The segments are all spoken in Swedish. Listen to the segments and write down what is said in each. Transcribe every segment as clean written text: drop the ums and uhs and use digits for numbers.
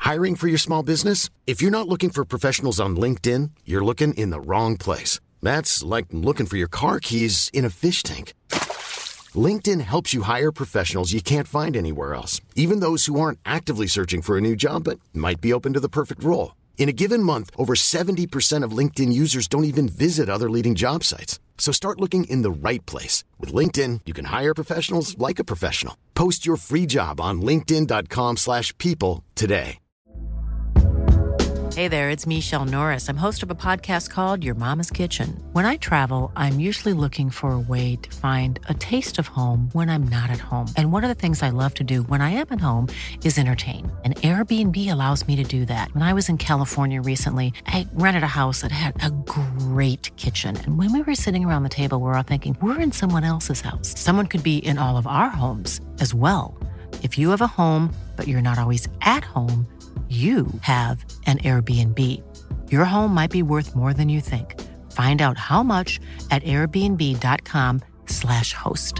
Hiring for your small business? If you're not looking for professionals on LinkedIn, you're looking in the wrong place. That's like looking for your car keys in a fish tank. LinkedIn helps you hire professionals you can't find anywhere else, even those who aren't actively searching for a new job but might be open to the perfect role. In a given month, over 70% of LinkedIn users don't even visit other leading job sites. So start looking in the right place. With LinkedIn, you can hire professionals like a professional. Post your free job on linkedin.com/people today. Hey there, it's Michelle Norris. I'm host of a podcast called Your Mama's Kitchen. When I travel, I'm usually looking for a way to find a taste of home when I'm not at home. And one of the things I love to do when I am at home is entertain. And Airbnb allows me to do that. When I was in California recently, I rented a house that had a great kitchen. And when we were sitting around the table, we're all thinking, we're in someone else's house. Someone could be in all of our homes as well. If you have a home, but you're not always at home, you have an Airbnb. Your home might be worth more than you think. Find out how much at airbnb.com/host.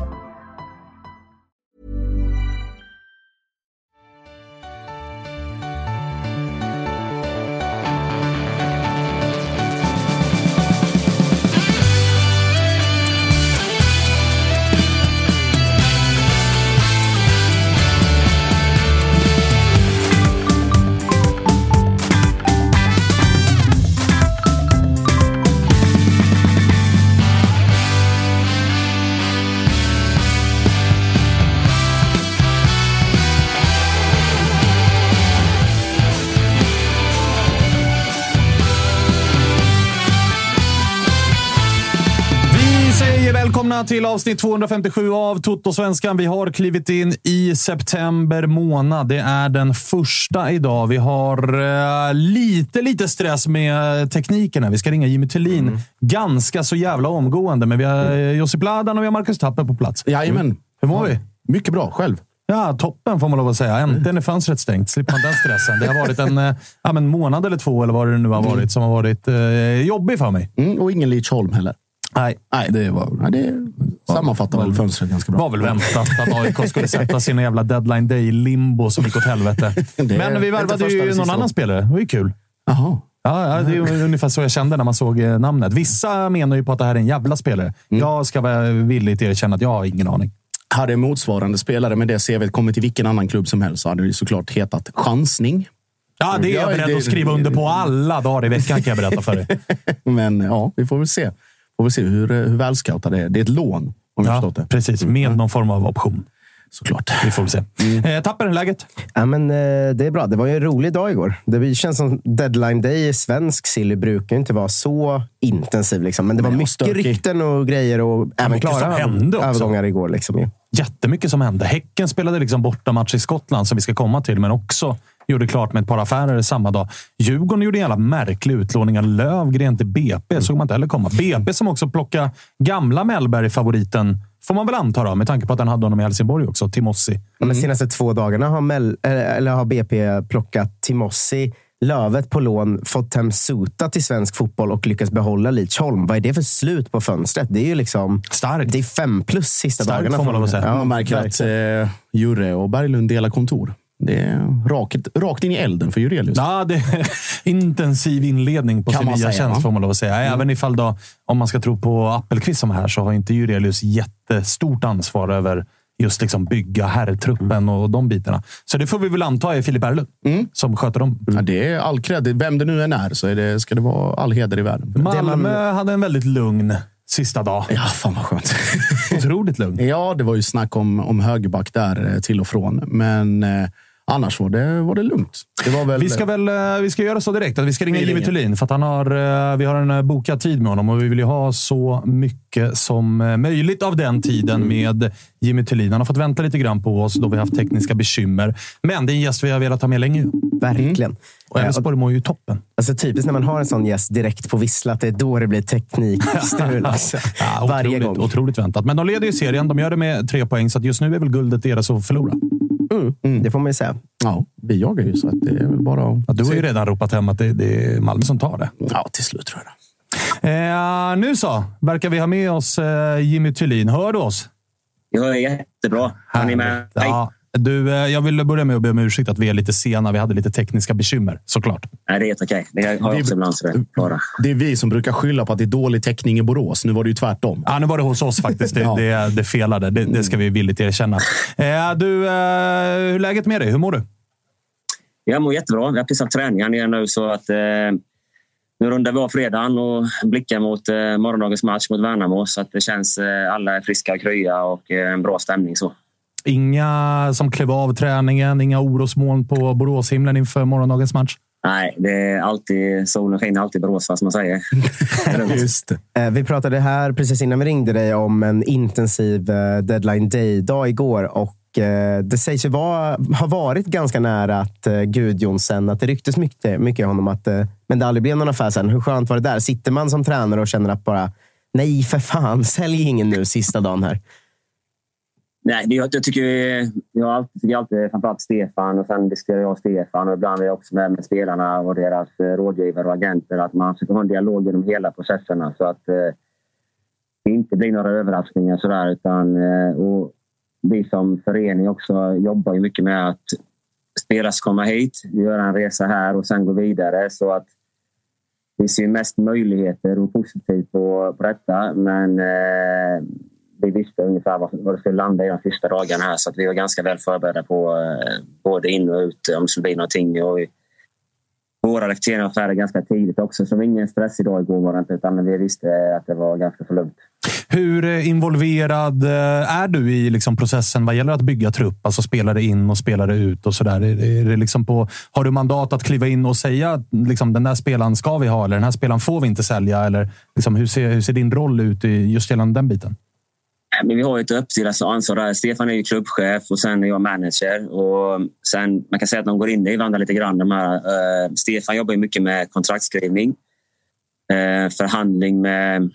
Välkomna till avsnitt 257 av Toto-svenskan. Vi har klivit in i september månad. Det är den första idag. Vi har lite stress med teknikerna. Vi ska ringa Jimmy Tillin ganska så jävla omgående. Men vi har Josip Ladan och vi har Marcus Tapper på plats. Jajamän. Hur mår vi? Mycket bra, själv. Ja, toppen får man lov att säga. Äntligen är fönstret stängt. Slipper man den stressen. Det har varit en månad eller två eller vad det nu har varit som har varit jobbig för mig. Och ingen Lidsholm heller. Nej, det sammanfattar väl fönstret ganska bra. Var väl väntat att AIK skulle sätta sin jävla deadline day limbo som gick åt helvete. Men vi värvade ju någon annan spelare. Det var ju kul. Jaha. Ja, det är ungefär så jag kände när man såg namnet. Vissa menar ju på att det här är en jävla spelare. Jag ska vara villig till att erkänna att jag har ingen aning. Hade motsvarande spelare med det CV:t kommit till vilken annan klubb som helst så hade det såklart hetat chansning. Ja, det är jag beredd att skriva under på alla dagar i veckan, kan jag berätta för dig. Men ja, vi får väl se. Hur välscoutat det är. Det är ett lån, om jag förstått det. Precis, med någon form av option. Såklart. Vi får väl se. Tapper läget? Ja, men det är bra. Det var ju en rolig dag igår. Det känns som deadline day i svensk silly brukar inte vara så intensiv. Liksom. Men det var mycket rykten och grejer och även klara övergångar igår. Liksom. Jättemycket som hände. Häcken spelade liksom borta match i Skottland som vi ska komma till, men också gjorde klart med ett par affärer samma dag. Djurgården gjorde en jävla märklig utlåning av Lövgren till BP. Såg man inte heller komma. BP som också plockade gamla Mellberg-favoriten, får man väl anta då, med tanke på att den hade honom i Helsingborg också, Timossi. De senaste 2 dagarna har BP plockat Timossi, Lövet på lån, fått hem Suta till svensk fotboll och lyckats behålla Lidsholm. Vad är det för slut på fönstret? Det är ju liksom starkt. Det är 5+ sista starkt, dagarna. Får man lov att säga. Ja, man märker att Jure och Berglund delar kontor. Det är rakt in i elden för Jurelius. Ja, det är intensiv inledning på sin nya tjänst, får man lov att säga. Även ifall då, om man ska tro på Appelqvist som här, så har inte Jurelius jättestort ansvar över just liksom bygga herrtruppen och de bitarna. Så det får vi väl anta är Filip Berglund som sköter dem. Ja, det är all cred. Vem det nu än är så ska det vara all heder i världen. Malmö hade en väldigt lugn sista dag. Ja, fan vad skönt. Otroligt lugn. Ja, det var ju snack om högerback där till och från. Men annars var det lugnt. Det var väl... Vi ska göra så direkt att vi ska ringa Jimmy Tillin för att vi har en bokad tid med honom och vi vill ju ha så mycket som möjligt av den tiden med Jimmy Tillin. Han har fått vänta lite grann på oss då vi har haft tekniska bekymmer. Men det är en gäst vi har velat ha med länge. Verkligen. Och Elfsborg mår ju toppen. Alltså typiskt när man har en sån gäst direkt på Vissla, att det är då det blir teknikstrul. Alltså. Ja, varje gång. Otroligt väntat. Men de leder ju serien. De gör det med 3 poäng. Så att just nu är väl guldet deras att förlora. Det får man ju säga. Ja, vi jagar ju så att det är väl bara att... Du har ju redan ropat hem att det är Malmö som tar det. Ja, till slut tror jag. Nu så verkar vi ha med oss Jimmy Tillin. Hör du oss? Jag är jättebra. Har ni med? Ja, Du, jag vill börja med att be om ursäkt att vi är lite sena. Vi hade lite tekniska bekymmer, såklart. Nej, det är helt okej. Det har jag också ibland. Det är vi som brukar skylla på att det är dålig täckning i Borås. Nu var det ju tvärtom. Ja, nu var det hos oss faktiskt. Det felade. Det ska vi villigt erkänna. Du, hur är läget med dig? Hur mår du? Jag mår jättebra. Jag har precis träningen igen nu, så att nu rundar vi av fredagen och blickar mot morgondagens match mot Värnamo, så att det känns alla är friska och krya och en bra stämning så. Inga som klev av träningen, inga orosmoln på Boråshimlen inför morgondagens match? Nej, det är alltid solen skiner alltid Borås, vad man säger. Just det. Vi pratade här precis innan vi ringde dig om en intensiv deadline day-dag igår, och det sägs ju ha varit ganska nära att Gudjonsen, att det ryktes mycket om att men det aldrig blev någon affär sen. Hur skönt var det där? Sitter man som tränare och känner att bara nej för fan, sälj ingen nu sista dagen här? Nej, jag tycker jag alltid framförallt Stefan, och sen diskuterar jag Stefan, och ibland är jag också med spelarna och deras rådgivare och agenter, att man försöker ha en dialog genom hela processerna så att det inte blir några överraskningar sådär, utan och vi som förening också jobbar ju mycket med att spelare ska komma hit, göra en resa här och sen gå vidare, så att vi ser mest möjligheter och positivt på detta, men vi visste ungefär vad det skulle landa i de sista dagarna här, så att vi var ganska väl förberedda på både in och ut om det skulle bli någonting, och våra rekryteringar var färdiga ganska tidigt också, så det var ingen stress idag igår var det inte, utan vi visste att det var ganska för lugnt. Hur involverad är du i liksom processen vad gäller att bygga trupp, alltså spelare in och spelare ut och sådär? Är det liksom har du mandat att kliva in och säga liksom, den där spelaren ska vi ha, eller den här spelaren får vi inte sälja, eller liksom, hur ser din roll ut i just gällande den biten? Men vi har ett uppdelat ansvar där. Stefan är ju klubbchef och sen är jag manager. Och sen, man kan säga att de går in i varandra lite grann. Stefan jobbar ju mycket med kontraktskrivning, förhandling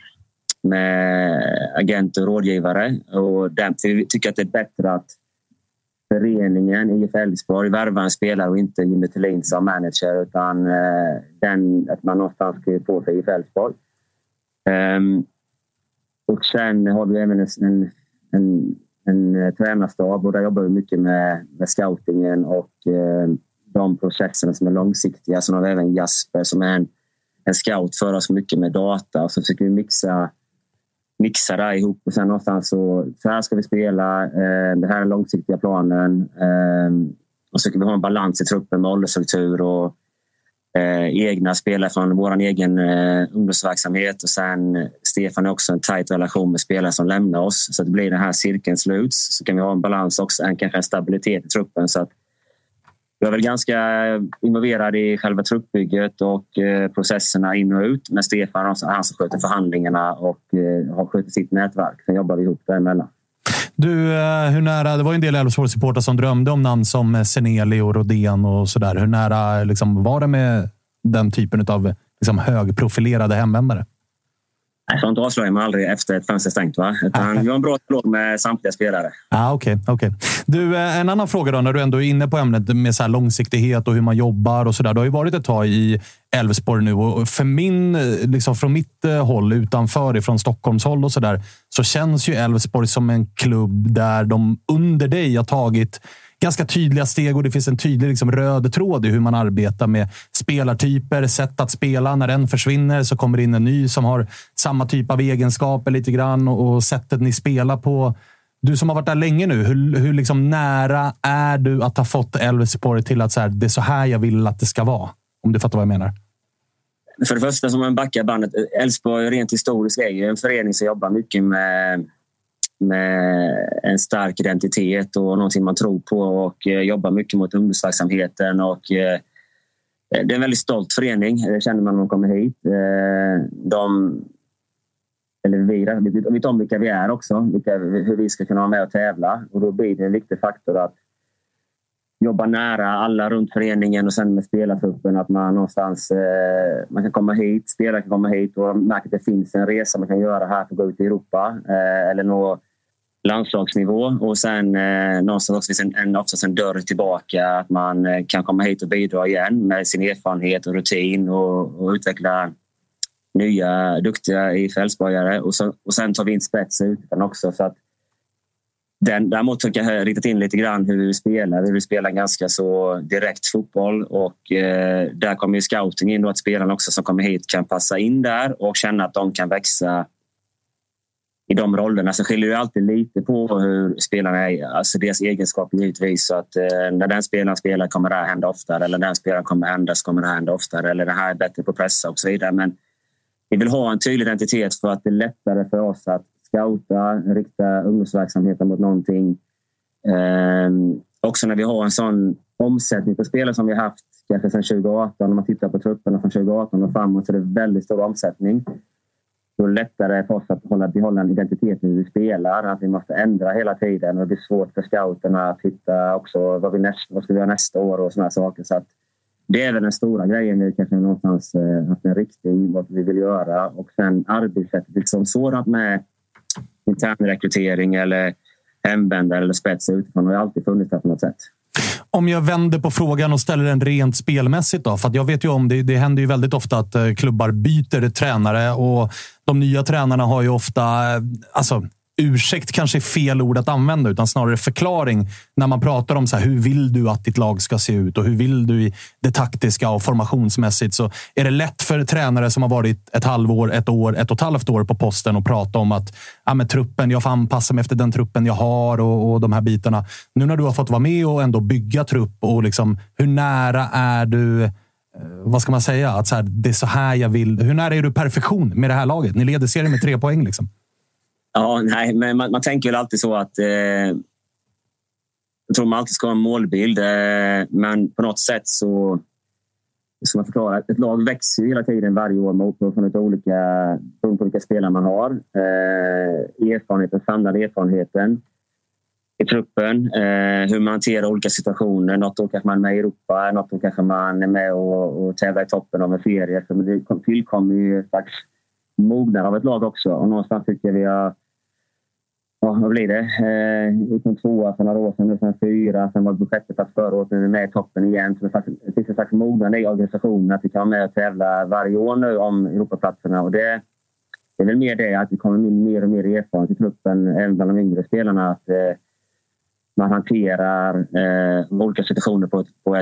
med agenter och rådgivare. Och vi tycker att det är bättre att föreningen IF Elfsborg värvar en spelare och inte Jimmy Thelin som manager, utan att man någonstans skriver på sig IF Elfsborg. Och sen har vi även en tränarstab, och där jobbar vi mycket med scoutingen och de processerna som är långsiktiga. Sen har vi även Jasper som är en scout för oss mycket med data, och så försöker vi mixa det ihop, och sen någonstans så här ska vi spela, det här är långsiktiga planen, och så försöker vi ha en balans i truppen med åldersstruktur och egna spelare från vår egen ungdomsverksamhet, och sen Stefan är också en tajt relation med spelare som lämnar oss, så att det blir den här cirkeln sluts, så kan vi ha en balans också, kanske en stabilitet i truppen, så att jag är väl ganska involverad i själva truppbygget och processerna in och ut, men Stefan är han som sköter förhandlingarna och har skjutit sitt nätverk, sen jobbar vi ihop däremellan. Du, hur nära, det var ju en del Elfsborg-supportrar som drömde om namn som Seneli och Rodén och sådär. Hur nära liksom, var det med den typen av liksom, högprofilerade hemvändare? Sånt avslöjar man aldrig efter ett fönster stängt, va? Utan vi har en bra dialog med samtliga spelare. Okej. Du, en annan fråga då, när du ändå är inne på ämnet med så här långsiktighet och hur man jobbar och sådär. Du har ju varit ett tag i Elfsborg nu, och från mitt håll utanför, ifrån Stockholms håll och sådär, så känns ju Elfsborg som en klubb där de under dig har tagit ganska tydliga steg, och det finns en tydlig liksom, röd tråd i hur man arbetar med spelartyper, sätt att spela. När en försvinner så kommer det in en ny som har samma typ av egenskaper lite grann, och sättet ni spelar på. Du som har varit där länge nu, hur liksom nära är du att ha fått Elfsborg till att så här, det är så här jag vill att det ska vara? Om du fattar vad jag menar. För det första, som man backar bandet, Elfsborg rent historiskt är ju en förening som jobbar mycket med en stark identitet och någonting man tror på, och jobbar mycket mot ungdomsverksamheten, och det är en väldigt stolt förening, det känner man när man kommer hit. Vi vet om vilka vi är också, hur vi ska kunna vara med och tävla, och då blir det en viktig faktor att jobba nära alla runt föreningen, och sen med spelartruppen, att man någonstans man kan komma hit, spelare kan komma hit och märka att det finns en resa man kan göra här för att gå ut i Europa eller nå landslagsnivå, och sen någonstans också finns oftast en dörr tillbaka, att man kan komma hit och bidra igen med sin erfarenhet och rutin och utveckla nya duktiga IF Elfsborgare, och sen tar vi in spets utifrån också, så att Däremot tycker jag riktat in lite grann hur vi spelar. Vi vill spela en ganska så direkt fotboll och där kommer ju scouting in då, att spelarna också som kommer hit kan passa in där och känna att de kan växa i de rollerna. Så skiljer det alltid lite på hur spelarna är, alltså deras egenskaper givetvis. Så att när den spelaren spelar kommer det här hända oftare, eller när den spelaren kommer det här hända oftare, eller den här är bättre på pressa och så vidare. Men vi vill ha en tydlig identitet för att det är lättare för oss att scouta, rikta ungdomsverksamheten mot någonting. Också när vi har en sån omsättning på spelare som vi har haft kanske sedan 2018, när man tittar på trupperna från 2018 och framåt, så det är väldigt stor omsättning. Då är det lättare för oss att behålla en identitet hur vi spelar, att vi måste ändra hela tiden, och det är svårt för scouterna att hitta också vad ska vi göra nästa år och såna här saker. Så att det är väl den stora grejen, vi kanske någonstans haft en riktning vad vi vill göra, och sen arbetssättet liksom sådant med intern rekrytering eller hemvändare eller spets utifrån har alltid funnits på något sätt. Om jag vänder på frågan och ställer den rent spelmässigt då, för att jag vet ju om det händer ju väldigt ofta att klubbar byter tränare, och de nya tränarna har ju ofta, alltså ursäkt kanske är fel ord att använda, utan snarare förklaring när man pratar om så här, hur vill du att ditt lag ska se ut och hur vill du i det taktiska och formationsmässigt, så är det lätt för tränare som har varit ett halvår, ett år, 1,5 år på posten och prata om att med truppen, jag får anpassa mig efter den truppen jag har och de här bitarna. Nu när du har fått vara med och ändå bygga trupp, och liksom, hur nära är du, vad ska man säga, att så här, det är så här jag vill, hur nära är du perfektion med det här laget? Ni leder serien med 3 poäng liksom. Ja, nej, men man tänker väl alltid så att jag tror man alltid ska ha en målbild, men på något sätt så som man förklarar, ett lag växer ju hela tiden varje år från olika spelare man har. Samlade erfarenheten i truppen, hur man hanterar olika situationer. Något år kanske man är med i Europa, något år kanske man är med och tävlar i toppen av en serie. Så det tillkommer ju ett slags mognad av ett lag också, och någonstans tycker jag vi har, vad blir det? Utan 2 för några år sedan, sen 4, sen var det 6 plats förra året, nu är vi med i toppen igen. Så det finns en slags mognad i organisationen att vi kan vara med och tävla varje år nu om Europaplatserna, och det är väl mer det att vi kommer mer och mer erfarenhet i truppen, även bland de yngre spelarna, att man hanterar olika situationer på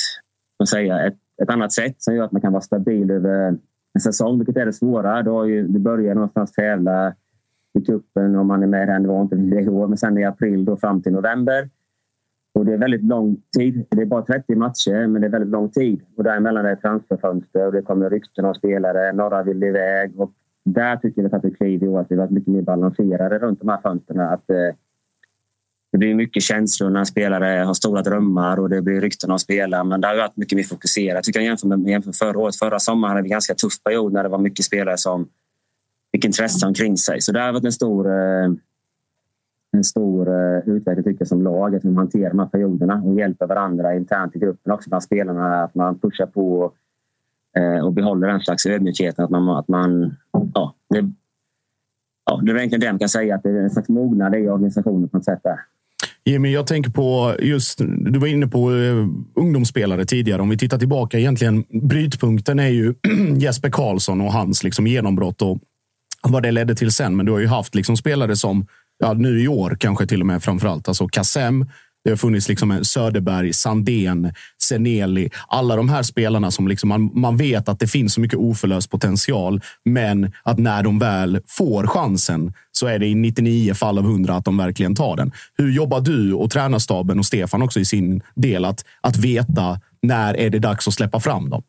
ett annat sätt som gör att man kan vara stabil över en säsong, vilket är det svåra. Du börjar någonstans tävla i cupen om man är med den, det var inte i år, men sen i april då fram till november. Och det är väldigt lång tid. Det är bara 30 matcher, men det är väldigt lång tid. Och däremellan är det transferfönster och det kommer rykten av spelare. Några vill iväg, och där tycker jag att det kliv i år att vi har varit mycket mer balanserade runt de här fönstren. Att det blir mycket känslor när spelare har stora drömmar och det blir rykten av spelare, men det har varit mycket mer fokuserat. Jag tycker jag jämför förra året. Förra sommaren hade vi en ganska tuff period när det var mycket spelare som fick intresse omkring sig. Så det har varit en stor utveckling tycker jag som lag, att man hanterar de här perioderna och hjälper varandra internt i gruppen också bland spelarna, att man pushar på och behåller en slags ödmjukhet, att man det är egentligen det man kan säga, att det är en slags mognad i organisationen på något sätt där. Jimmy, jag tänker på just, du var inne på ungdomsspelare tidigare. Om vi tittar tillbaka, egentligen brytpunkten är ju Jesper Karlsson och hans liksom genombrott och vad det ledde till sen. Men du har ju haft liksom spelare som, nu i år kanske till och med framförallt, alltså Kassem. Det har funnits liksom Söderberg, Sandén, Seneli. Alla de här spelarna som liksom man vet att det finns så mycket oförlöst potential. Men att när de väl får chansen så är det i 99 fall av 100 att de verkligen tar den. Hur jobbar du och tränarstaben och Stefan också i sin del att veta när är det dags att släppa fram dem?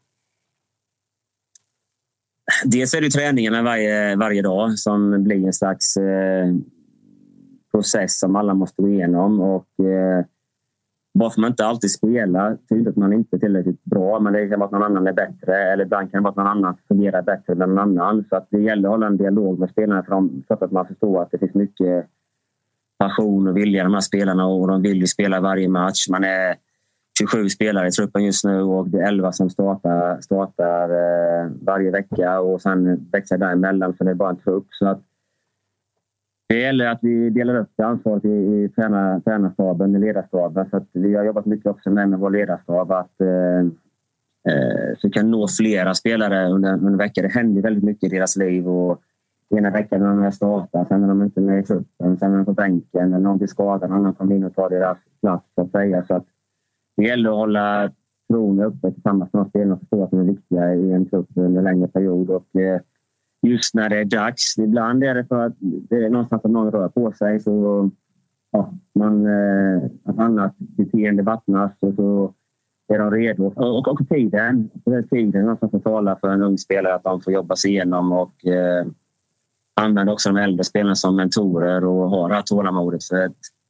Dels är det träningarna varje dag som blir en slags process som alla måste gå igenom, och bara för man inte alltid spelar tyder att man inte är tillräckligt bra, men det kan vara att någon annan är bättre, eller ibland kan det vara att någon annan fungerar bättre än någon annan, så att det gäller att hålla en dialog med spelarna så att man förstår att det finns mycket passion och vilja i de här spelarna, och de vill ju spela varje match. Man är 27 spelare i truppen just nu och det är 11 som startar varje vecka, och sen växer däremellan, för det är bara en trupp. Så att det gäller att vi delar upp det ansvaret i tränarstaben, i ledarstaben. Så att vi har jobbat mycket också med vår ledarstab att så vi kan nå flera spelare under veckan. Det händer väldigt mycket i deras liv och ena veckan när de startar, sen när de inte är med i truppen, sen är de på bänken, eller någon blir skadad, någon annan kommer in och tar deras plats, så att säga. Så att det gäller att hålla tron uppe tillsammans med de spelarna och förstå att de är viktiga i en trupp under en längre period. Och just när det är dags, ibland är det för att det är någonstans att någon rör på sig, så att annat beteende vattnas, och så är de redo. Och tiden någonstans att tala för en ung spelare att de får jobba sig igenom och använda också de äldre spelarna som mentorer och ha det här tålamodet. För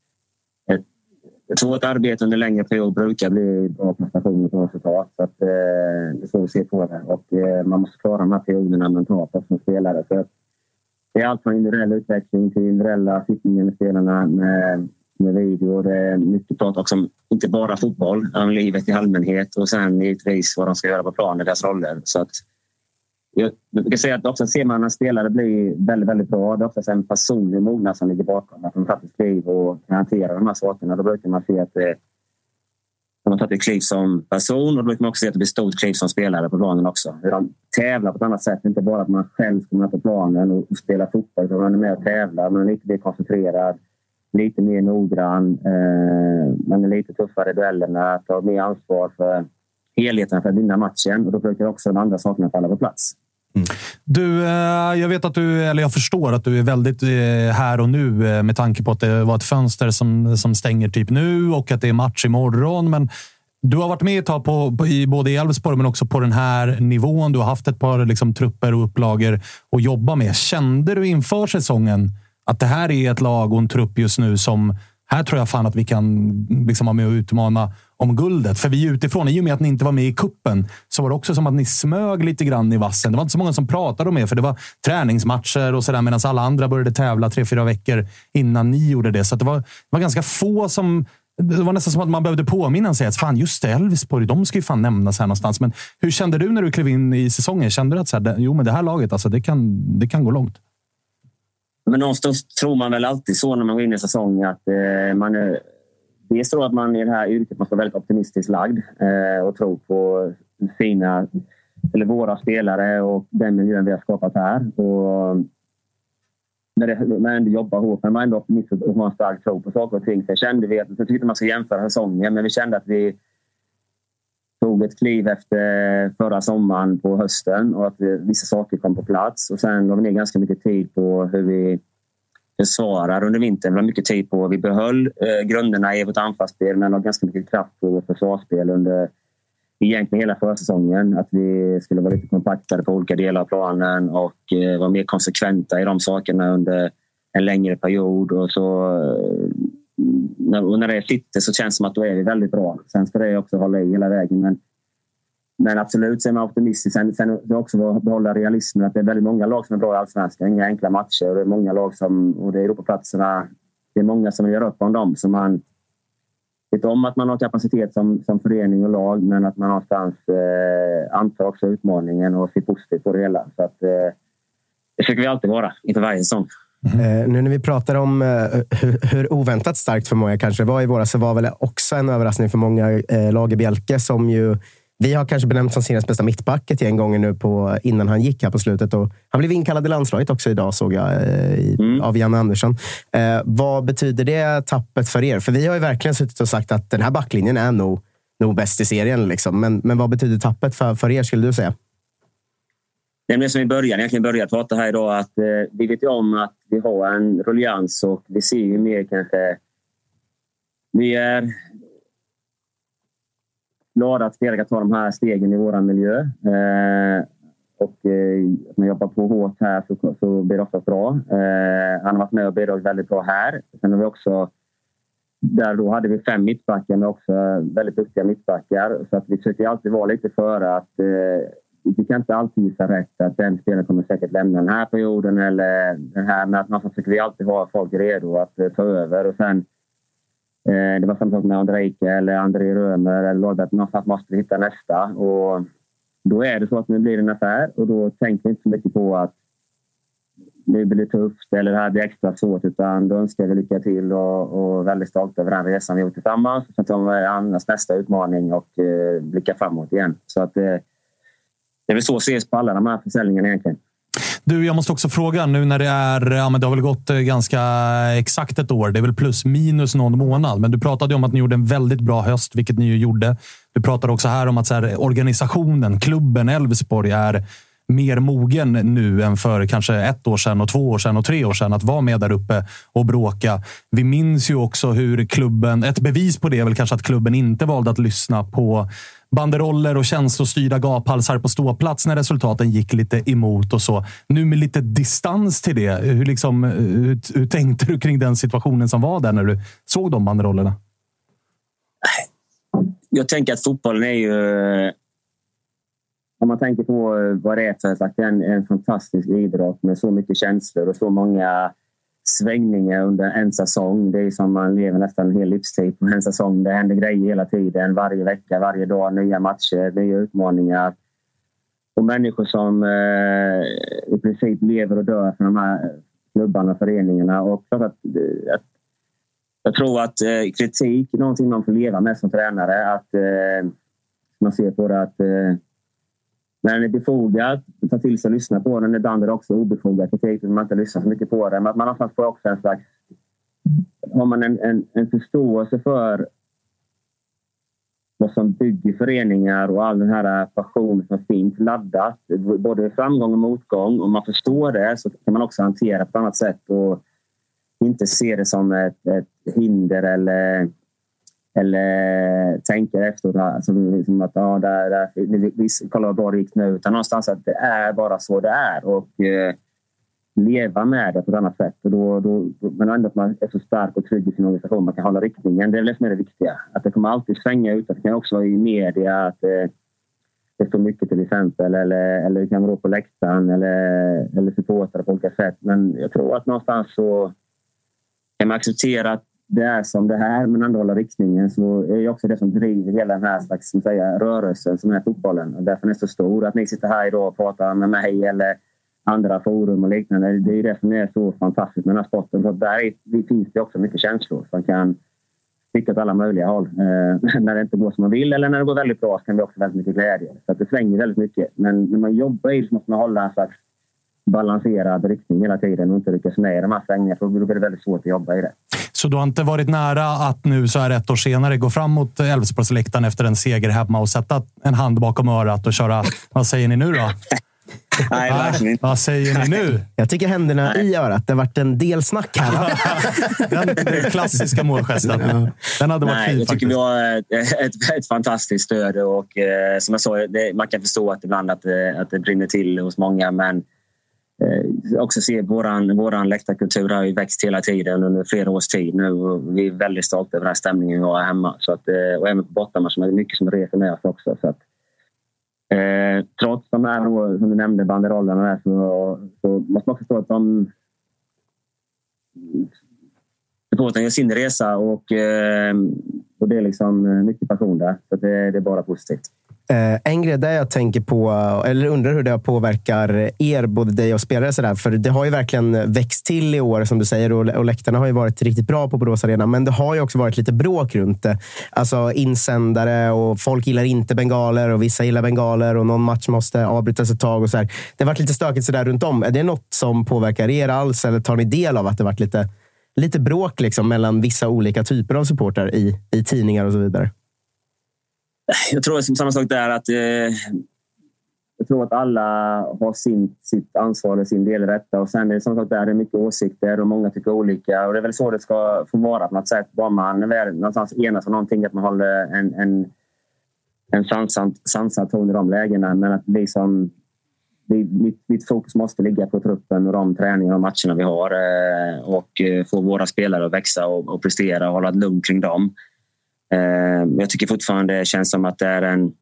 ett arbete under längre period brukar bli bra prestationer och resultat. Så att, det är så vi ser på det. Och man måste klara de här perioderna mentalt som spelare. För det är allt från individuell utveckling till individuella sittningar med spelarna med video. Det är mycket prat också om inte bara fotboll, om livet i allmänhet och sen givetvis vad de ska göra på planen, deras roller. Så att jag kan säga att också ser man en spelare bli väldigt, väldigt bra. Det är också en personlig mognad som ligger bakom. Att de faktiskt kliv och kan hantera de här sakerna. Då brukar man se att de har tagit ett kliv som person, och då brukar man också se att det blir stort kliv som spelare på planen också. De tävlar på ett annat sätt. Inte bara att man själv ska med på planen och spela fotboll. Utan man är med och tävlar. Man är lite mer koncentrerad. Lite mer noggrann. Man är lite tuffare i duellerna. Tar mer ansvar för helheten för att vinna matchen. Och då brukar också de andra sakerna falla på plats. Mm. Du, jag vet att jag förstår att du är väldigt här och nu med tanke på att det var ett fönster som stänger typ nu och att det är match imorgon, men du har varit med ett tag både i Elfsborg men också på den här nivån. Du har haft ett par liksom, trupper och upplager att jobba med. Kände du inför säsongen att det här är ett lag och en trupp just nu som här tror jag fan att vi kan liksom vara med och utmana om guldet. För vi är utifrån, i och med att ni inte var med i kuppen, så var det också som att ni smög lite grann i vassen. Det var inte så många som pratade om er, för det var träningsmatcher och sådär, medan alla andra började tävla 3-4 veckor innan ni gjorde det. Så att det var ganska få som... Det var nästan som att man behövde påminna sig att fan, just det, Elfsborg, de ska ju fan nämnas här någonstans. Men hur kände du när du klev in i säsongen? Kände du att så här, jo, men det här laget, alltså, det kan gå långt? Men någonstans tror man väl alltid så när man går in i säsongen att man är... Det är så att man i det här yrket måste vara väldigt optimistiskt lagd och tro på våra spelare och den miljön vi har skapat här. Och när man ändå jobbar hårt, men man ändå optimistisk och har en stark tro på saker och ting. Så kände vi att jag tyckte man ska jämföra säsongen, men vi kände att vi tog ett kliv efter förra sommaren på hösten och att vissa saker kom på plats. Och sen la vi ner ganska mycket tid på hur vi försvarar under vintern. Vi har mycket tid på. Vi behöll grunderna i vårt anfallsspel, men har ganska mycket kraft på vårt försvarsspel under egentligen hela försäsongen. Att vi skulle vara lite kompaktare på olika delar av planen och vara mer konsekventa i de sakerna under en längre period. Och när det sitter så känns det som att då är vi väldigt bra. Sen ska det också hålla i hela vägen. Men absolut så är man optimistisk. Sen också behålla realismen att det är väldigt många lag som är bra i Allsvenskan. Inga enkla matcher. Och det är många lag och det är Europaplatserna. Det är många som gör upp om dem. Så man vet om att man har kapacitet som förening och lag. Men att man någonstans antar också utmaningen och ser positivt på det hela. Så att det försöker vi alltid vara. Inte varje säsong. Nu när vi pratar om hur oväntat starkt för många kanske var i våra, så var väl också en överraskning för många Lager Bielke, som ju vi har kanske benämnt som Seriens bästa mittback en gång nu innan han gick här på slutet. Och han blev inkallad i landslaget också idag, såg jag av Janne Andersson. Vad betyder det tappet för er? För vi har ju verkligen suttit och sagt att den här backlinjen är nog bäst i serien. Liksom. Men vad betyder tappet för er, skulle du säga? Det är det som vi började prata här idag, att vi vet ju om att vi har en ruljans och vi ser ju mer kanske... Vi är glada att spelare kan ta de här stegen i vår miljö. Och att man jobbar på hårt här så blir det ofta bra. Han har varit med och bidragit väldigt bra här. Sen har vi också... Där då hade vi 5 mittbackar med också väldigt duktiga mittbackar. Så att vi försöker alltid vara lite före att... Vi kan inte alltid visa rätt att den spelaren kommer säkert lämna den här perioden eller den här, men att någonstans försöker vi alltid ha folk redo att ta över. Och sen det var samma sak med Andrejke eller André Römer eller Lodberg, någonstans måste vi hitta nästa. Och då är det så att nu blir det en affär och då tänker vi inte så mycket på att det blir tufft eller det här blir extra svårt, utan då önskar vi lycka till och väldigt stolt över den resan vi gjort tillsammans. Sen tar vi annars nästa utmaning och blicka framåt igen. Så att det är väl så ses på alla de här försäljningarna egentligen. Du, jag måste också fråga nu när det är, men det har väl gått ganska exakt ett år. Det är väl plus minus någon månad. Men du pratade om att ni gjorde en väldigt bra höst, vilket ni ju gjorde. Du pratade också här om att så här, organisationen, klubben Elfsborg är mer mogen nu än för kanske 1 år sedan och 2 år sedan och 3 år sedan att vara med där uppe och bråka. Vi minns ju också hur klubben, ett bevis på det är väl kanske att klubben inte valde att lyssna på banderoller och känslostyrda gaphalsar på ståplats när resultaten gick lite emot och så. Nu med lite distans till det, hur tänkte du kring den situationen som var där när du såg de banderollerna? Jag tänker att fotbollen är ju, om man tänker på vad det är för sagt, en fantastisk idrott med så mycket känslor och så många svängningar under en säsong. Det är som man lever nästan en hel livstid på en säsong. Det händer grejer hela tiden, varje vecka, varje dag, nya matcher, nya utmaningar. Och människor som i princip lever och dör för de här klubbarna och föreningarna. Och jag tror att kritik är någonting man får leva med som tränare. Att man ser på det att när den är befogad, ta till sig och lyssna på den. Ibland är det också obefogad kritik, man inte lyssnar så mycket på den. Men att man någonstans får också en slags... Har man en förståelse för vad som bygger föreningar och all den här passion som finns laddat, både framgång och motgång. Om man förstår det så kan man också hantera på ett annat sätt och inte se det som ett hinder eller tänker efteråt som att kolla vad bra det gick nu, utan någonstans att det är bara så det är och leva med det på ett annat sätt. Och då, men ändå att man är så stark och trygg i sin organisation, man kan hålla riktningen. Det är väl det viktiga. Att det kommer alltid svänga ut. Det kan också vara i media att det står mycket till exempel, eller det kan vara på läktaren eller supportrar på olika sätt. Men jag tror att någonstans så kan man acceptera att det är som det här, men ändå hålla riktningen. Så är det också det som driver hela den här slags rörelsen som är fotbollen. Och därför är det så stor att ni sitter här idag och pratar med mig eller andra forum och liknande. Det är det som är så fantastiskt med den här sporten. Så där finns det också mycket känslor som kan sticka åt alla möjliga håll. När det inte går som man vill eller när det går väldigt bra så kan det också väldigt mycket glädje. Så att det svänger väldigt mycket. Men när man jobbar i det så måste man hålla en slags balanserad riktning hela tiden och inte lyckas med de här svängningarna. För då blir det väldigt svårt att jobba i det. Så du har inte varit nära att nu så här 1 år senare gå fram mot Elfsborgsläktaren efter en seger hemma och sätta en hand bakom örat och köra, vad säger ni nu då? Nej, verkligen inte. Vad säger ni nu? Jag tycker händerna i örat. Det har varit en del snack här. Den klassiska målgesten. Ja. Den hade varit fin. Jag tycker vi har ett fantastiskt stöd och som jag sa, man kan förstå att ibland att det brinner till hos många, men också se våran läktarkultur har ju växt hela tiden under flera års tid nu och vi är väldigt stolta över den här stämningen vi har hemma. Så att, och även på bortamatch är det mycket som reser med oss också. Så att, trots de här, som du nämnde, banderollerna där, så måste man förstå att de gör sin resa och det är liksom mycket passion där. Så det är bara positivt. En grej där jag tänker på, eller undrar hur det påverkar er, både dig och spelare sådär, för det har ju verkligen växt till i år som du säger och läktarna har ju varit riktigt bra på Borås Arena, men det har ju också varit lite bråk runt det. Alltså insändare och folk gillar inte bengaler och vissa gillar bengaler och någon match måste avbrytas ett tag och så här. Det har varit lite stökigt sådär runt om. Är det något som påverkar er alls eller tar ni del av att det varit lite bråk liksom mellan vissa olika typer av supportrar i tidningar och så vidare? Jag tror som samma sak där att jag tror att alla har sitt ansvar och sin del i detta och sen är det som sagt där det är mycket åsikter och många tycker olika och det är väl så det ska få vara på något sätt. Bara man är någonstans enas om någonting, att man håller en sansad ton i de lägena, men att liksom mitt fokus måste ligga på truppen och de träningar och matcherna vi har och få våra spelare att växa och prestera och hålla ett lugn kring dem. Jag tycker fortfarande det känns som att det är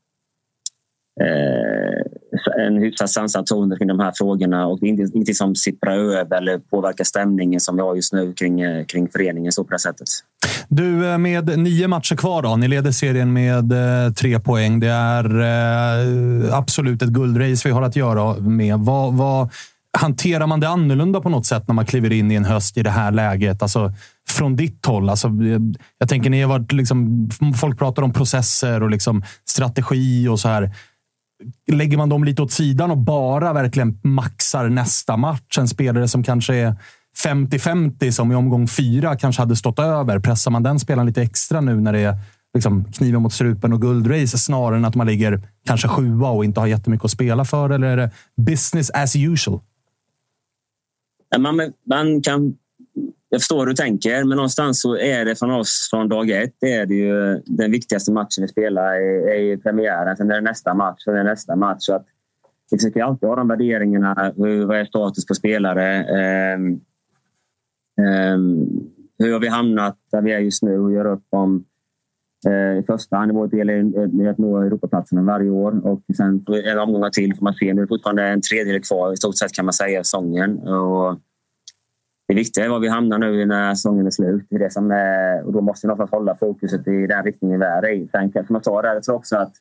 en hyfsat sansad ton kring de här frågorna och det är ingenting som sipprar över eller påverkar stämningen som vi har just nu kring föreningen så på det sättet. Du, med 9 matcher kvar då, ni leder serien med 3 poäng. Det är absolut ett guldrace vi har att göra med. Vad hanterar man det annorlunda på något sätt när man kliver in i en höst i det här läget? Alltså från ditt håll. Alltså, jag tänker ni har varit liksom, folk pratar om processer och liksom strategi och så här. lägger man dem lite åt sidan och bara verkligen maxar nästa match? En spelare som kanske är 50-50 som i omgång 4 kanske hade stått över. Pressar man den spelaren lite extra nu när det är liksom kniven mot strupen och guldrace snarare än att man ligger kanske 7 och inte har jättemycket att spela för? Eller är det business as usual? Man kan... Jag förstår hur du tänker, men någonstans så är det från oss från dag 1. Det är det ju den viktigaste matchen vi spelar är premiären. Sen är det nästa match och det är nästa match. Så att vi försöker alltid ha de värderingarna. Vad är status på spelare? Hur har vi hamnat där vi är just nu och gör upp om i första hand i vår del är att nå Europaplatserna varje år. Och sen en omgång till får man se. Nu är det fortfarande en tredjedel kvar i stort sett kan man säga säsongen. Och det viktiga är var vi hamnar nu när säsongen är slut. Det är det som är, och då måste vi någonstans hålla fokuset i den riktningen vi är i. Sen kan man ta det. Jag tror också att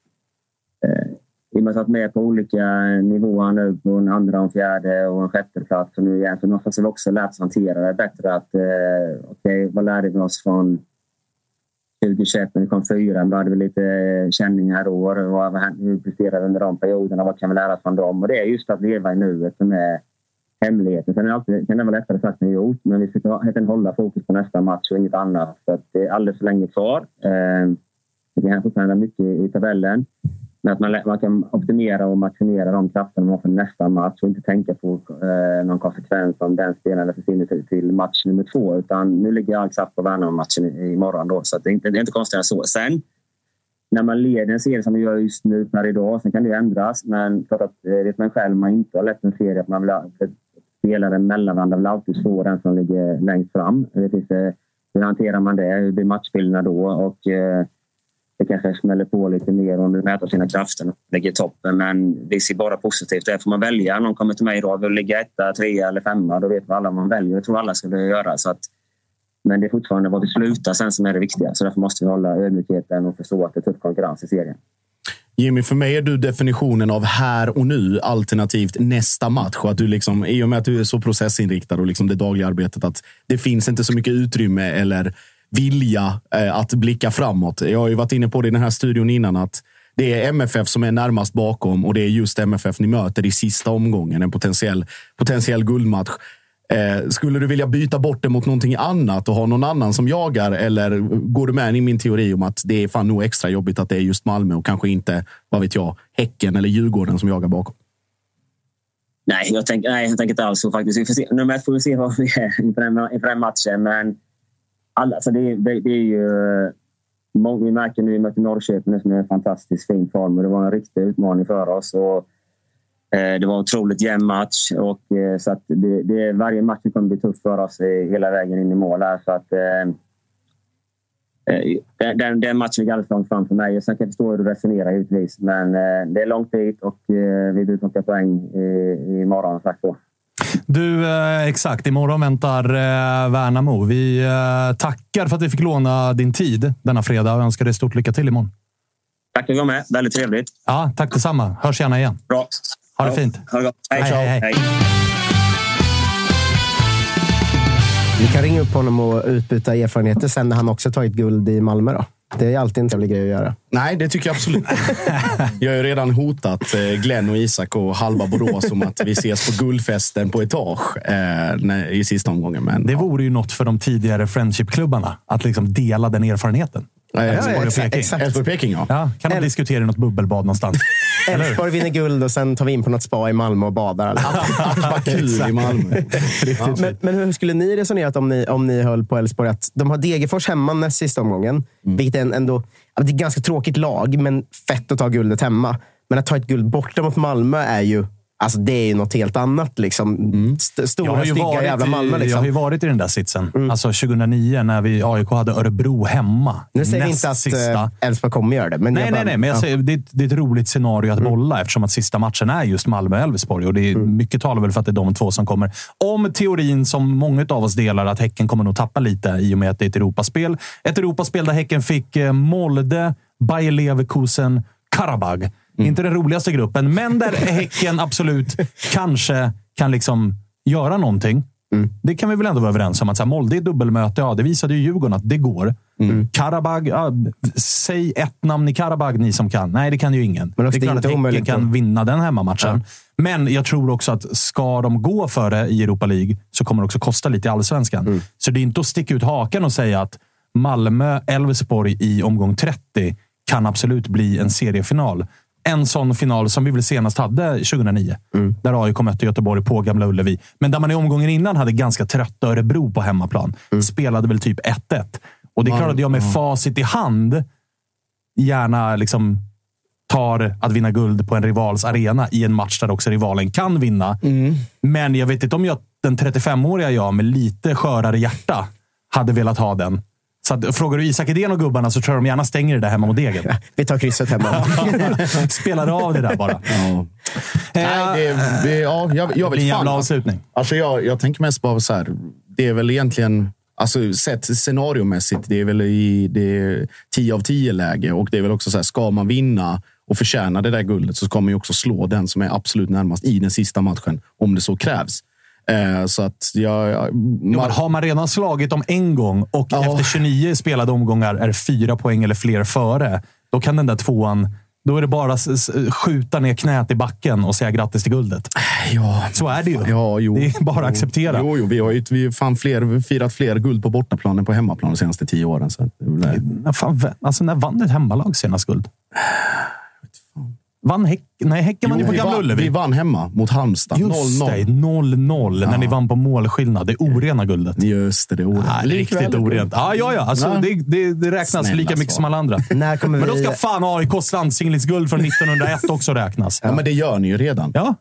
vi har varit med på olika nivåer nu på en andra, en fjärde och en sjätte plats. Och nu egentligen någonstans har vi också lärt oss hantera det bättre. Att vad lärde vi oss från 2021 när vi kom 4? Då hade vi lite känningar då. Hur presterade vi under de perioderna? Vad kan vi lära oss från dem? Och det är just att leva i nuet som är hemligheten. Sen kan det vara lättare sagt än gjort, men vi ska hålla fokus på nästa match och inget annat. För att det är alldeles för länge kvar. Det kan fortfarande mycket i tabellen. Men att man kan optimera och maximera de krafterna man har för nästa match och inte tänka på någon konsekvens om den spelaren försvinner till match nummer 2. Utan nu ligger all kraft på Värnamo-matchen imorgon då. Så att det är inte konstigt än så. Sen när man leder en serie som vi gör just nu per idag, sen kan det ändras. Men klart att vet man själv, man inte har lätt en serie att man vill spela en mellanvandra vill alltid slå den som ligger längst fram. Hur hanterar man det? Hur blir matchbilderna då? Och det kanske smäller på lite mer om du mäter sina krafter och lägger i toppen. Men vi ser bara positivt. Det får man välja. Någon kommer till mig idag och vill ligga 1, 3 eller 5. Då vet man alla vad man väljer. Jag tror alla skulle göra. Så att, men det är fortfarande vad vi slutar sen som är det viktiga. Så därför måste vi hålla ödmjukheten och förstå att det är tuff konkurrens i serien. Jimmy, för mig är du definitionen av här och nu alternativt nästa match. Och att du liksom, i och med att du är så processinriktad och liksom det dagliga arbetet, att det finns inte så mycket utrymme eller vilja att blicka framåt. Jag har ju varit inne på det i den här studion innan att det är MFF som är närmast bakom och det är just MFF ni möter i sista omgången. En potentiell guldmatch. Skulle du vilja byta bort det mot någonting annat och ha någon annan som jagar, eller går du med i min teori om att det är fan nog extra jobbigt att det är just Malmö och kanske inte, vad vet jag, Häcken eller Djurgården som jagar bakom? Nej, jag tänker inte alls så faktiskt. Nummer 1 får vi se vad vi är inför den matchen, men alltså det är ju vi märker nu att Norrköping som är en fantastiskt fin form och det var en riktig utmaning för oss och det var en otroligt jämn match och så att varje match kommer bli tuff för oss hela vägen in i mål här, så att den matchen är alldeles långt fram för mig. Sen kan jag förstå hur du resonerar givetvis, men det är långt dit och vi vill plocka poäng i morgon sagt då. Du, exakt. Imorgon väntar Värnamo. Vi tackar för att vi fick låna din tid denna fredag och önskar dig stort lycka till imorgon. Tack för att du var med. Väldigt trevligt. Ja, tack detsamma. Hörs gärna igen. Bra. Ha det fint. Ha det gott. Hej. Vi kan ringa upp honom och utbyta erfarenheter sen när han också tagit guld i Malmö då. Det är alltid en trevlig grej att göra. Nej, det tycker jag absolut. Jag har ju redan hotat Glenn och Isak och halva Borås om att vi ses på guldfesten på Etage i sista omgången. Men, det vore ju något för de tidigare friendship-klubbarna att liksom dela den erfarenheten. Elfsborg-Peking, ja. Ja, kan de diskutera i något bubbelbad någonstans? Elfsborg vinner guld och sen tar vi in på något spa i Malmö och badar. Vad kul i Malmö. Men hur skulle ni resonerat om ni höll på Elfsborg? Att de har Degerfors hemma näst sista omgången. Vilket är ändå det är ett ganska tråkigt lag, men fett att ta guldet hemma. Men att ta ett guld borta mot Malmö är ju... Alltså det är ju något helt annat. Liksom. Stora, stygga jävla Malmö. Liksom. Jag har ju varit i den där sitsen. Alltså 2009 när AIK hade Örebro hemma. Nu säger vi inte att Elfsborg kommer göra det. Men nej. Men jag säger, det är ett roligt scenario att bolla eftersom att sista matchen är just Malmö-Elfsborg. Och det är mycket talar väl för att det är de två som kommer. Om teorin som många av oss delar att Häcken kommer nog tappa lite i och med att det är ett Europaspel. Ett Europaspel där Häcken fick Molde, Bayer Leverkusen, Karabag. Inte den roligaste gruppen, men där Häcken absolut kanske kan liksom göra någonting. Det kan vi väl ändå vara överens om. Att så här, Molde är dubbelmöte, ja, det visade ju Djurgården att det går. Karabag, säg ett namn i Karabag ni som kan. Nej, det kan ju ingen. Men det är klart att Häcken kan vinna den hemmamatchen. Men jag tror också att ska de gå före i Europa League så kommer det också kosta lite i Allsvenskan. Så det är inte att sticka ut hakan och säga att Malmö-Elfsborg i omgång 30 kan absolut bli en seriefinal. En sån final som vi väl senast hade 2009. Där AIK mötte Göteborg på Gamla Ullevi. Men där man i omgången innan hade ganska trötta Örebro på hemmaplan. Spelade väl typ 1-1. Och det är klart att jag med facit i hand gärna liksom tar att vinna guld på en rivals arena i en match där också rivalen kan vinna. Men jag vet inte om den 35-åriga jag med lite skörare hjärta hade velat ha den. Så att, frågar du Isak Edén och gubbarna så tror jag de gärna stänger det där hemma mot Degen. Vi tar krysset hemma. Spelar av det där bara. Nej, jag vet en jävla avslutning. Alltså jag tänker mest bara så här. Det är väl egentligen... Alltså sett scenariomässigt, det är väl i det 10 av 10 läge. Och det är väl också så här, ska man vinna och förtjäna det där guldet så ska man ju också slå den som är absolut närmast i den sista matchen. Om det så krävs. Så att har man redan slagit om en gång och efter 29 spelade omgångar är 4 poäng eller fler före, då kan den där tvåan, då är det bara skjuta ner knät i backen och säga grattis till guldet. Ja. Så är det ju. Ja, jo. Det är bara att acceptera. Jo, vi har ju firat fler guld på bortaplan än på hemmaplan de senaste 10 åren. Så när vann ett hemmalag senast guld? Häcken vann ju på Gamla Ullevi. Vi vann hemma mot Halmstad. 0-0 när ni vann på målskillnad. Det orena guldet. Just det, orena. Riktigt orent. Alltså, det räknas lika mycket som alla andra. Men då ska fan AIKs landsingelsguld från 1901 också räknas. Ja, men det gör ni ju redan. Ja.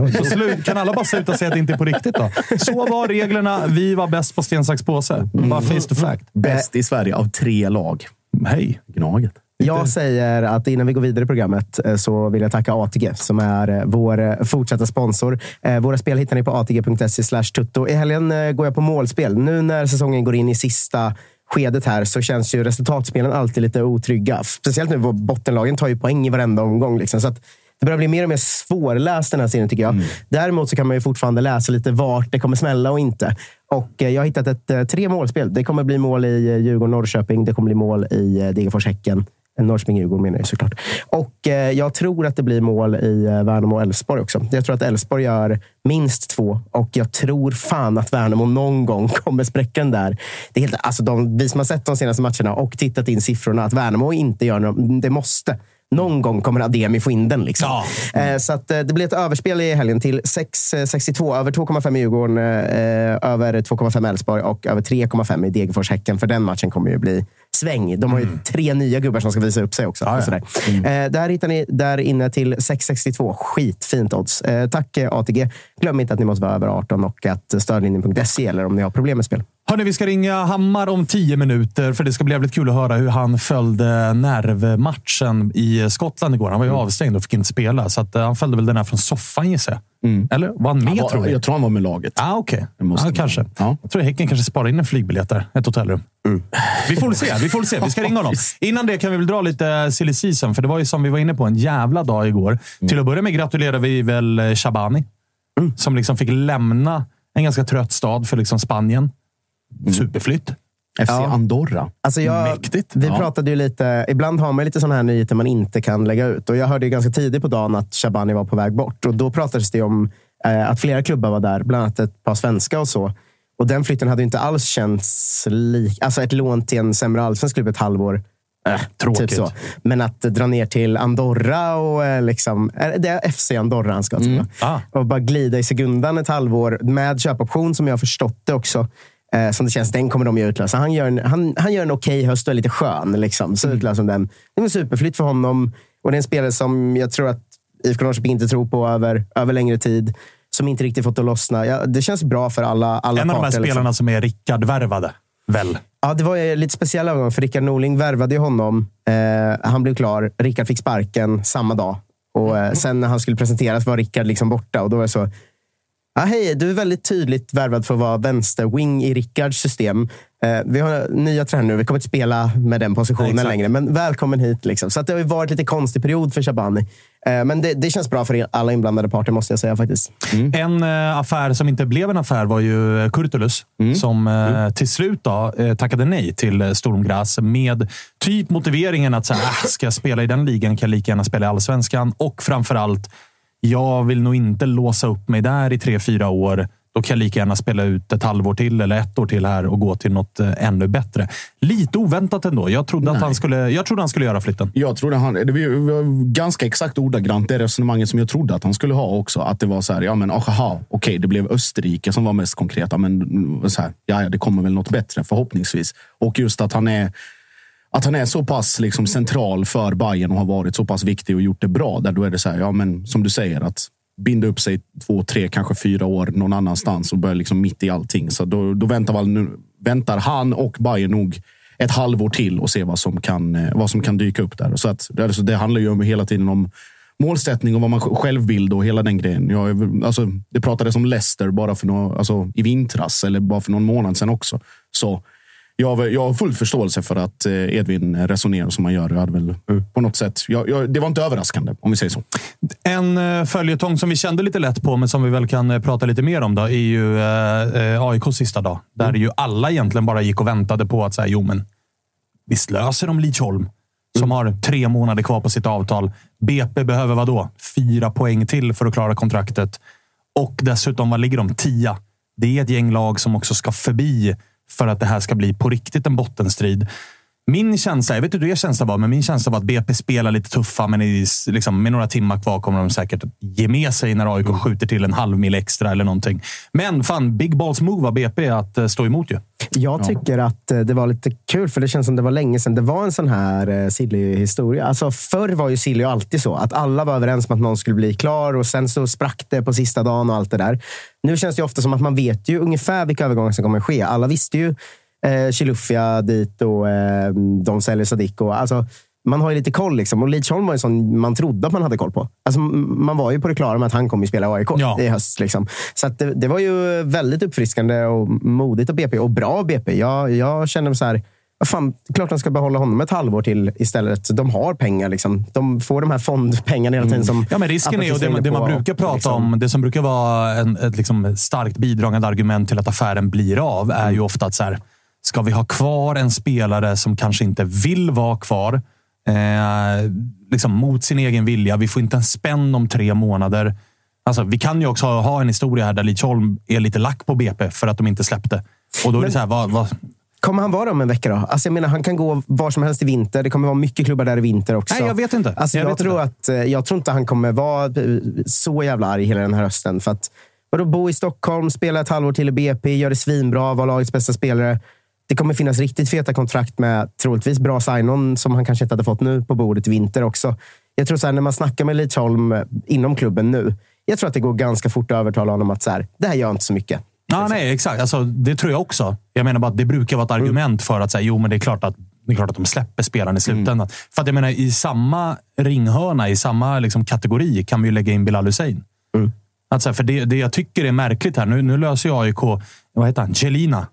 Kan alla bara sluta säga att det inte är på riktigt då? Så var reglerna. Vi var bäst på sten, sax, påse. Bara face to fact. Bäst i Sverige av 3 lag. Hej. Gnaget. Jag säger att innan vi går vidare i programmet så vill jag tacka ATG som är vår fortsatta sponsor. Våra spel hittar ni på atg.se/tutto. I helgen går jag på målspel. Nu när säsongen går in i sista skedet här så känns ju resultatspelen alltid lite otrygga. Speciellt nu bottenlagen tar ju poäng i varenda omgång. Liksom. Så att det börjar bli mer och mer svårläst den här serien tycker jag. Däremot så kan man ju fortfarande läsa lite vart det kommer smälla och inte. Och jag har hittat 3 målspel. Det kommer bli mål i Djurgården-Norrköping. Det kommer bli mål i Degerfors-Häcken. Norrköping-Djurgården menar jag såklart. Och jag tror att det blir mål i Värnamo och Elfsborg också. Jag tror att Elfsborg gör minst 2. Och jag tror fan att Värnamo någon gång kommer spräcka den där. Det är helt, alltså vi som har sett de senaste matcherna och tittat in siffrorna att Värnamo inte gör något. Det måste. Någon gång kommer Ademi få in den. Liksom. Ja. Så att, det blir ett överspel i helgen till 6,62. Över 2,5 i Djurgården, över 2,5 Elfsborg och över 3,5 i Degerfors-Häcken. För den matchen kommer ju bli sväng. De har ju 3 nya gubbar som ska visa upp sig också. Ja. Där hittar ni där inne till 6,62. Skitfint odds. Tack ATG. Glöm inte att ni måste vara över 18 och att stödlinjen.se gäller om ni har problem med spel. Hörrni, vi ska ringa Hammar om 10 minuter för det ska bli jävligt kul att höra hur han följde nervmatchen i Skottland igår. Han var ju avstängd och fick inte spela så att han följde väl den här från soffan gissar jag. Eller var han med tror jag? Jag tror han var med laget. Okej. Kanske. Ja. Jag tror Häcken kanske sparar in en flygbiljett där. Ett hotellrum. Vi får se. Vi ska ringa honom. Innan det kan vi väl dra lite silly season för det var ju som vi var inne på en jävla dag igår. Till att börja med gratulerar vi väl Shabani som liksom fick lämna en ganska trött stad för liksom Spanien. Superflytt. FC Andorra. Alltså mäktigt. Vi pratade ju lite, ibland har man lite sådana här nyheter man inte kan lägga ut. Och jag hörde ju ganska tidigt på dagen att Shabani var på väg bort. Och då pratades det om att flera klubbar var där, bland annat ett par svenska och så. Och den flytten hade ju inte alls känts alltså ett lån till en sämre allsvensk klubb ett halvår. Tråkigt. Typ så. Men att dra ner till Andorra och liksom, det är FC Andorra han ska och bara glida i sekundan ett halvår med köpoption som jag har förstått det också. Som det känns, den kommer de ju utlösa. Han gör en okej höst och är lite skön. Liksom. Så utlöser de den. Det är en superflytt för honom. Och det är en spelare som jag tror att IFK Norrköping inte tror på över längre tid. Som inte riktigt fått att lossna. Det känns bra för alla parter. En av de här spelarna liksom. Som är Rickard-värvade, väl? Ja, det var ju lite speciell övergång. För Rickard Norling värvade ju honom. Han blev klar. Rickard fick sparken samma dag. Och sen när han skulle presenteras var Rickard liksom borta. Och då var det så... hej, du är väldigt tydligt värvad för att vara vänsterwing i Rickards system. Vi har nya tränare nu. Vi kommer inte spela med den positionen längre. Men välkommen hit. Liksom. Så att det har ju varit lite konstig period för Shabani. Men det känns bra för alla inblandade parter, måste jag säga faktiskt. En affär som inte blev en affär var ju Kurtulus. Som till slut tackade nej till Stormgräs med typ motiveringen att ska jag spela i den ligan kan jag lika gärna spela i Allsvenskan. Och framförallt, jag vill nog inte låsa upp mig där i 3-4 år. Då kan jag lika gärna spela ut ett halvår till eller 1 år till här och gå till något ännu bättre. Lite oväntat ändå. Jag trodde att han skulle göra flytten. Jag trodde det var ganska exakt ordagrant det resonemanget som jag trodde att han skulle ha också. Att det var så här, okej, det blev Österrike som var mest konkreta, men så här, det kommer väl något bättre förhoppningsvis. Och just att han är så pass liksom central för Bayern och har varit så pass viktig och gjort det bra. Där då är det så här, men som du säger, att binda upp sig 2, 3, kanske 4 år någon annanstans och börja liksom mitt i allting. Så då väntar han och Bayern nog ett halvår till och se vad som kan dyka upp där. Så att det handlar ju hela tiden om målsättning och vad man själv vill och hela den grejen. Det pratades om Leicester bara för i vintras eller bara för någon månad sedan också. Så jag har full förståelse för att Edvin resonerar som man gör. Jag hade väl på något sätt... det var inte överraskande, om vi säger så. En följetong som vi kände lite lätt på, men som vi väl kan prata lite mer om då, är ju AIKs sista dag. Där ju alla egentligen bara gick och väntade på att säga, men visst löser de Lidsholm som har 3 månader kvar på sitt avtal. BP behöver vad då? 4 poäng till för att klara kontraktet. Och dessutom, vad ligger de? 10. Det är ett gäng lag som också ska förbi för att det här ska bli på riktigt en bottenstrid. Min känsla, jag vet inte hur det känsla var, men min känsla var att BP spelar lite tuffa, men med några timmar kvar kommer de säkert ge med sig när AIK skjuter till en halv mil extra eller någonting. Men fan, big balls move av BP att stå emot ju. Jag tycker att det var lite kul, för det känns som det var länge sedan det var en sån här Silly-historia. Alltså förr var ju Silly alltid så, att alla var överens om att någon skulle bli klar och sen så sprack det på sista dagen och allt det där. Nu känns det ofta som att man vet ju ungefär vilka övergångar som kommer ske. Alla visste ju Chilufya dit och de säljer Sadik. Alltså, man har ju lite koll liksom. Och Lidsholm var en sån man trodde att man hade koll på. Alltså, man var ju på det klara med att han kommer att spela AIK i höst. Liksom. Så att det var ju väldigt uppfriskande och modigt av BP. Och bra BP. Jag känner så här, fan, klart de ska behålla honom ett halvår till istället. De har pengar liksom. De får de här fondpengarna hela tiden som... Ja, men risken är ju det man brukar prata liksom om, det som brukar vara ett liksom starkt bidragande argument till att affären blir av, är ju ofta att så här, ska vi ha kvar en spelare som kanske inte vill vara kvar liksom mot sin egen vilja? Vi får inte en spänn om 3 månader. Alltså, vi kan ju också ha en historia här där Lidsholm är lite lack på BP för att de inte släppte. Och då är det så här, vad... Kommer han vara om en vecka då? Alltså jag menar, han kan gå var som helst i vinter. Det kommer vara mycket klubbar där i vinter också. Nej, jag vet inte. Alltså, jag tror inte han kommer vara så jävla arg hela den här hösten. För att bo i Stockholm, spela ett halvår till i BP, gör det svinbra, vara lagets bästa spelare. Det kommer finnas riktigt feta kontrakt med troligtvis bra sign-on som han kanske inte hade fått nu på bordet i vinter också. Jag tror så här, när man snackar med Lidsholm inom klubben nu, jag tror att det går ganska fort att övertala honom att så här, det här gör inte så mycket. Ja, nej, exakt. Alltså, det tror jag också. Jag menar bara att det brukar vara ett argument för att säga, men det är klart att de släpper spelaren i slutändan. För att jag menar, i samma ringhörna, i samma liksom kategori kan vi ju lägga in Bilal Hussein. Alltså, för det jag tycker är märkligt här, nu löser ju AIK, vad heter han? Jelina.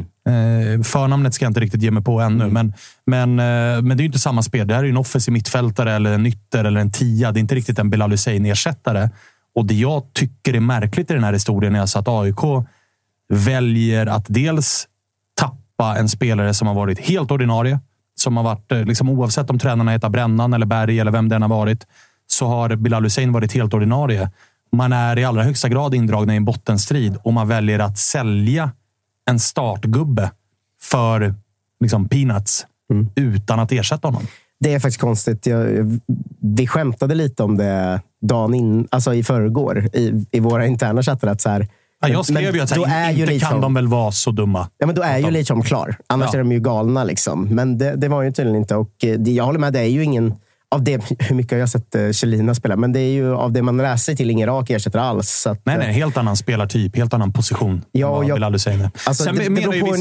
Förnamnet ska jag inte riktigt ge mig på ännu, men det är ju inte samma spel. Det här är ju en offensiv mittfältare eller en ytter eller en 10. Det är inte riktigt en Bilal Hussein-ersättare. Och det jag tycker är märkligt i den här historien är alltså att AIK väljer att dels tappa en spelare som har varit helt ordinarie, som har varit liksom, oavsett om tränarna heter Brännan eller Berg eller vem den har varit, så har Bilal Hussein varit helt ordinarie. Man är i allra högsta grad indragna i en bottenstrid och man väljer att sälja en startgubbe för liksom peanuts utan att ersätta honom. Det är faktiskt konstigt. Vi skämtade lite om det dagen in, alltså i förrgår i våra interna chattar att så här, jag skrev ju att inte kan de väl vara så dumma. Ja, men då är ju Lidsholm klar. Annars är de ju galna liksom. Men det var ju tydligen inte. Och jag håller med, det är ju ingen av det, hur mycket har jag sett Kjellina spela, men det är ju av det man läser till ingen rak ersättare alls. Så att, nej, helt annan spelartyp, helt annan position. Ja, jag vill aldrig säga det. Alltså, sen menar ju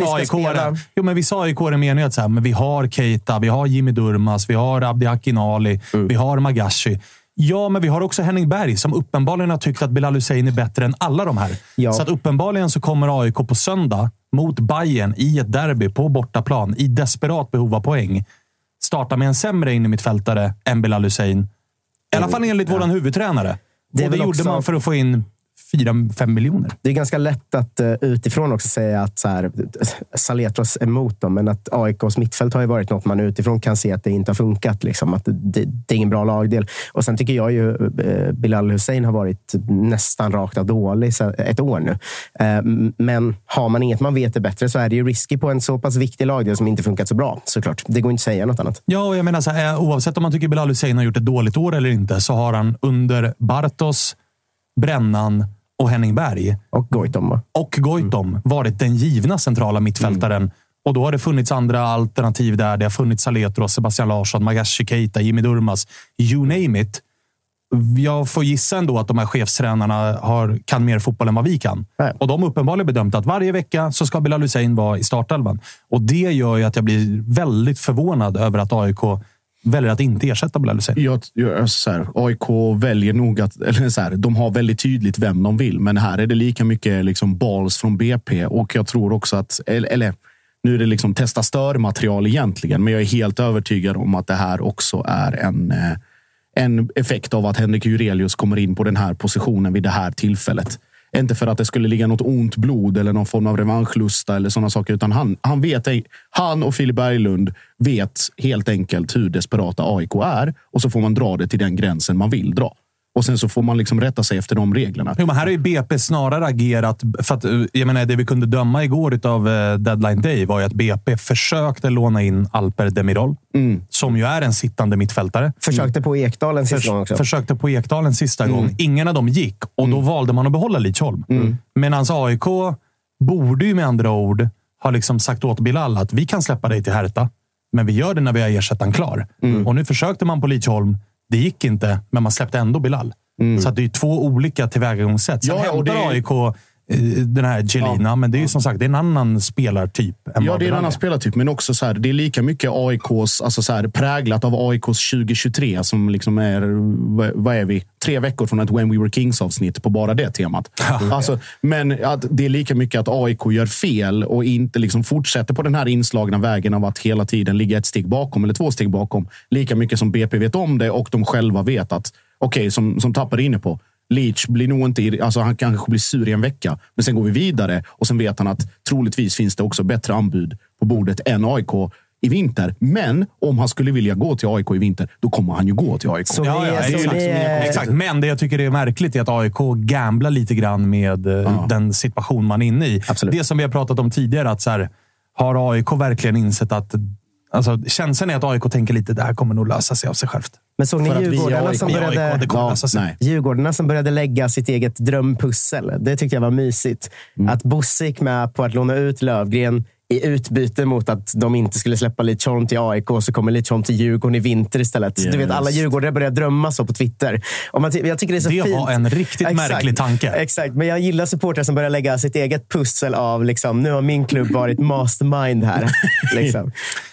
vissa AIK-are menar att så här, men vi har Keita, vi har Jimmy Durmaz, vi har Abdi Akinali, vi har Magashi. Ja, men vi har också Henning Berg som uppenbarligen har tyckt att Bilal Hussein är bättre än alla de här. Ja. Så att uppenbarligen så kommer AIK på söndag mot Bayern i ett derby på bortaplan i desperat behov av poäng starta med en sämre innermittfältare än Bilal Hussein. I alla fall enligt våran huvudtränare. Det gjorde man för att få in 4-5 miljoner. Det är ganska lätt att utifrån också säga att så här, Saletros är emot dem, men att AIKs mittfält har ju varit något man utifrån kan se att det inte har funkat. Liksom, att det är ingen bra lagdel. Och sen tycker jag ju Bilal Hussein har varit nästan rakt av dålig ett år nu. Men har man inget man vet är bättre så är det ju risky på en så pass viktig lagdel som inte funkat så bra, såklart. Det går inte att säga något annat. Ja, och jag menar så här, oavsett om man tycker Bilal Hussein har gjort ett dåligt år eller inte, så har han under Bartos, Brännan och Henning Berg och Goitom varit den givna centrala mittfältaren. Och då har det funnits andra alternativ där. Det har funnits Saletros, Sebastian Larsson, Magashi Keita, Jimmy Durmaz. You name it. Jag får gissa ändå att de här chefstränarna kan mer fotboll än vad vi kan. Nej. Och de har uppenbarligen bedömt att varje vecka så ska Bilal Hussein vara i startelvan. Och det gör ju att jag blir väldigt förvånad över att AIK väljer att inte ersätta Bilal Hussein. AIK väljer nog att, eller så här, de har väldigt tydligt vem de vill, men här är det lika mycket liksom balls från BP, och jag tror också att, eller nu är det liksom testa störmaterial egentligen, men jag är helt övertygad om att det här också är en effekt av att Henrik Jurelius kommer in på den här positionen vid det här tillfället. Inte för att det skulle ligga något ont blod eller någon form av revanschlusta eller sådana saker, utan han och Filip Berglund vet helt enkelt hur desperata AIK är, och så får man dra det till den gränsen man vill dra. Och sen så får man liksom rätta sig efter de reglerna. Jo, men här har ju BP snarare agerat, för att jag menar, det vi kunde döma igår av Deadline Day var ju att BP försökte låna in Alper Demirol, som ju är en sittande mittfältare. Försökte på Ekdalen sista gång också. Försökte på Ekdalen sista gång. Ingen av dem gick, och då valde man att behålla Lidsholm. Medan AIK borde ju med andra ord ha liksom sagt åt Bilal att vi kan släppa dig till Hertha, men vi gör det när vi har ersättaren klar. Och nu försökte man på Lidsholm. Det gick inte, men man släppte ändå Bilal. Så att det är 2 olika tillvägagångssätt. Sen hämtar AIK den här Gelina, men det är ju som sagt, det är en annan spelartyp. Det är en annan spelartyp, men också så här, det är lika mycket AIKs, alltså så här, präglat av AIKs 2023 som liksom är, vad är vi? 3 veckor från ett When We Were Kings-avsnitt på bara det temat. Alltså, men att det är lika mycket att AIK gör fel och inte liksom fortsätter på den här inslagna vägen av att hela tiden ligga 1 steg bakom eller 2 steg bakom. Lika mycket som BP vet om det, och de själva vet att som tappar inne på Leach blir nog inte, alltså han kanske blir sur i en vecka, men sen går vi vidare, och sen vet han att troligtvis finns det också bättre anbud på bordet än AIK i vinter. Men om han skulle vilja gå till AIK i vinter, då kommer han ju gå till AIK. Exakt. Men det jag tycker är märkligt är att AIK gamblar lite grann med den situation man är inne i. Absolut. Det som vi har pratat om tidigare, att så här, har AIK verkligen insett att, alltså, känslan är att AIK tänker lite, det här kommer nog lösa sig av sig självt. Men såg ni Djurgårdarna som började lägga sitt eget drömpussel? Det tyckte jag var mysigt. Att Bosse gick med på att låna ut Lövgren i utbyte mot att de inte skulle släppa Lidsholm till AIK, och så kommer Lidsholm till Djurgården i vinter istället. Yes. Du vet, alla Djurgårdare börjar drömma så på Twitter. Och jag tycker det är så fint. Det var en riktigt märklig tanke. Exakt, men jag gillar supportrar som börjar lägga sitt eget pussel av liksom, nu har min klubb varit mastermind här. Liksom.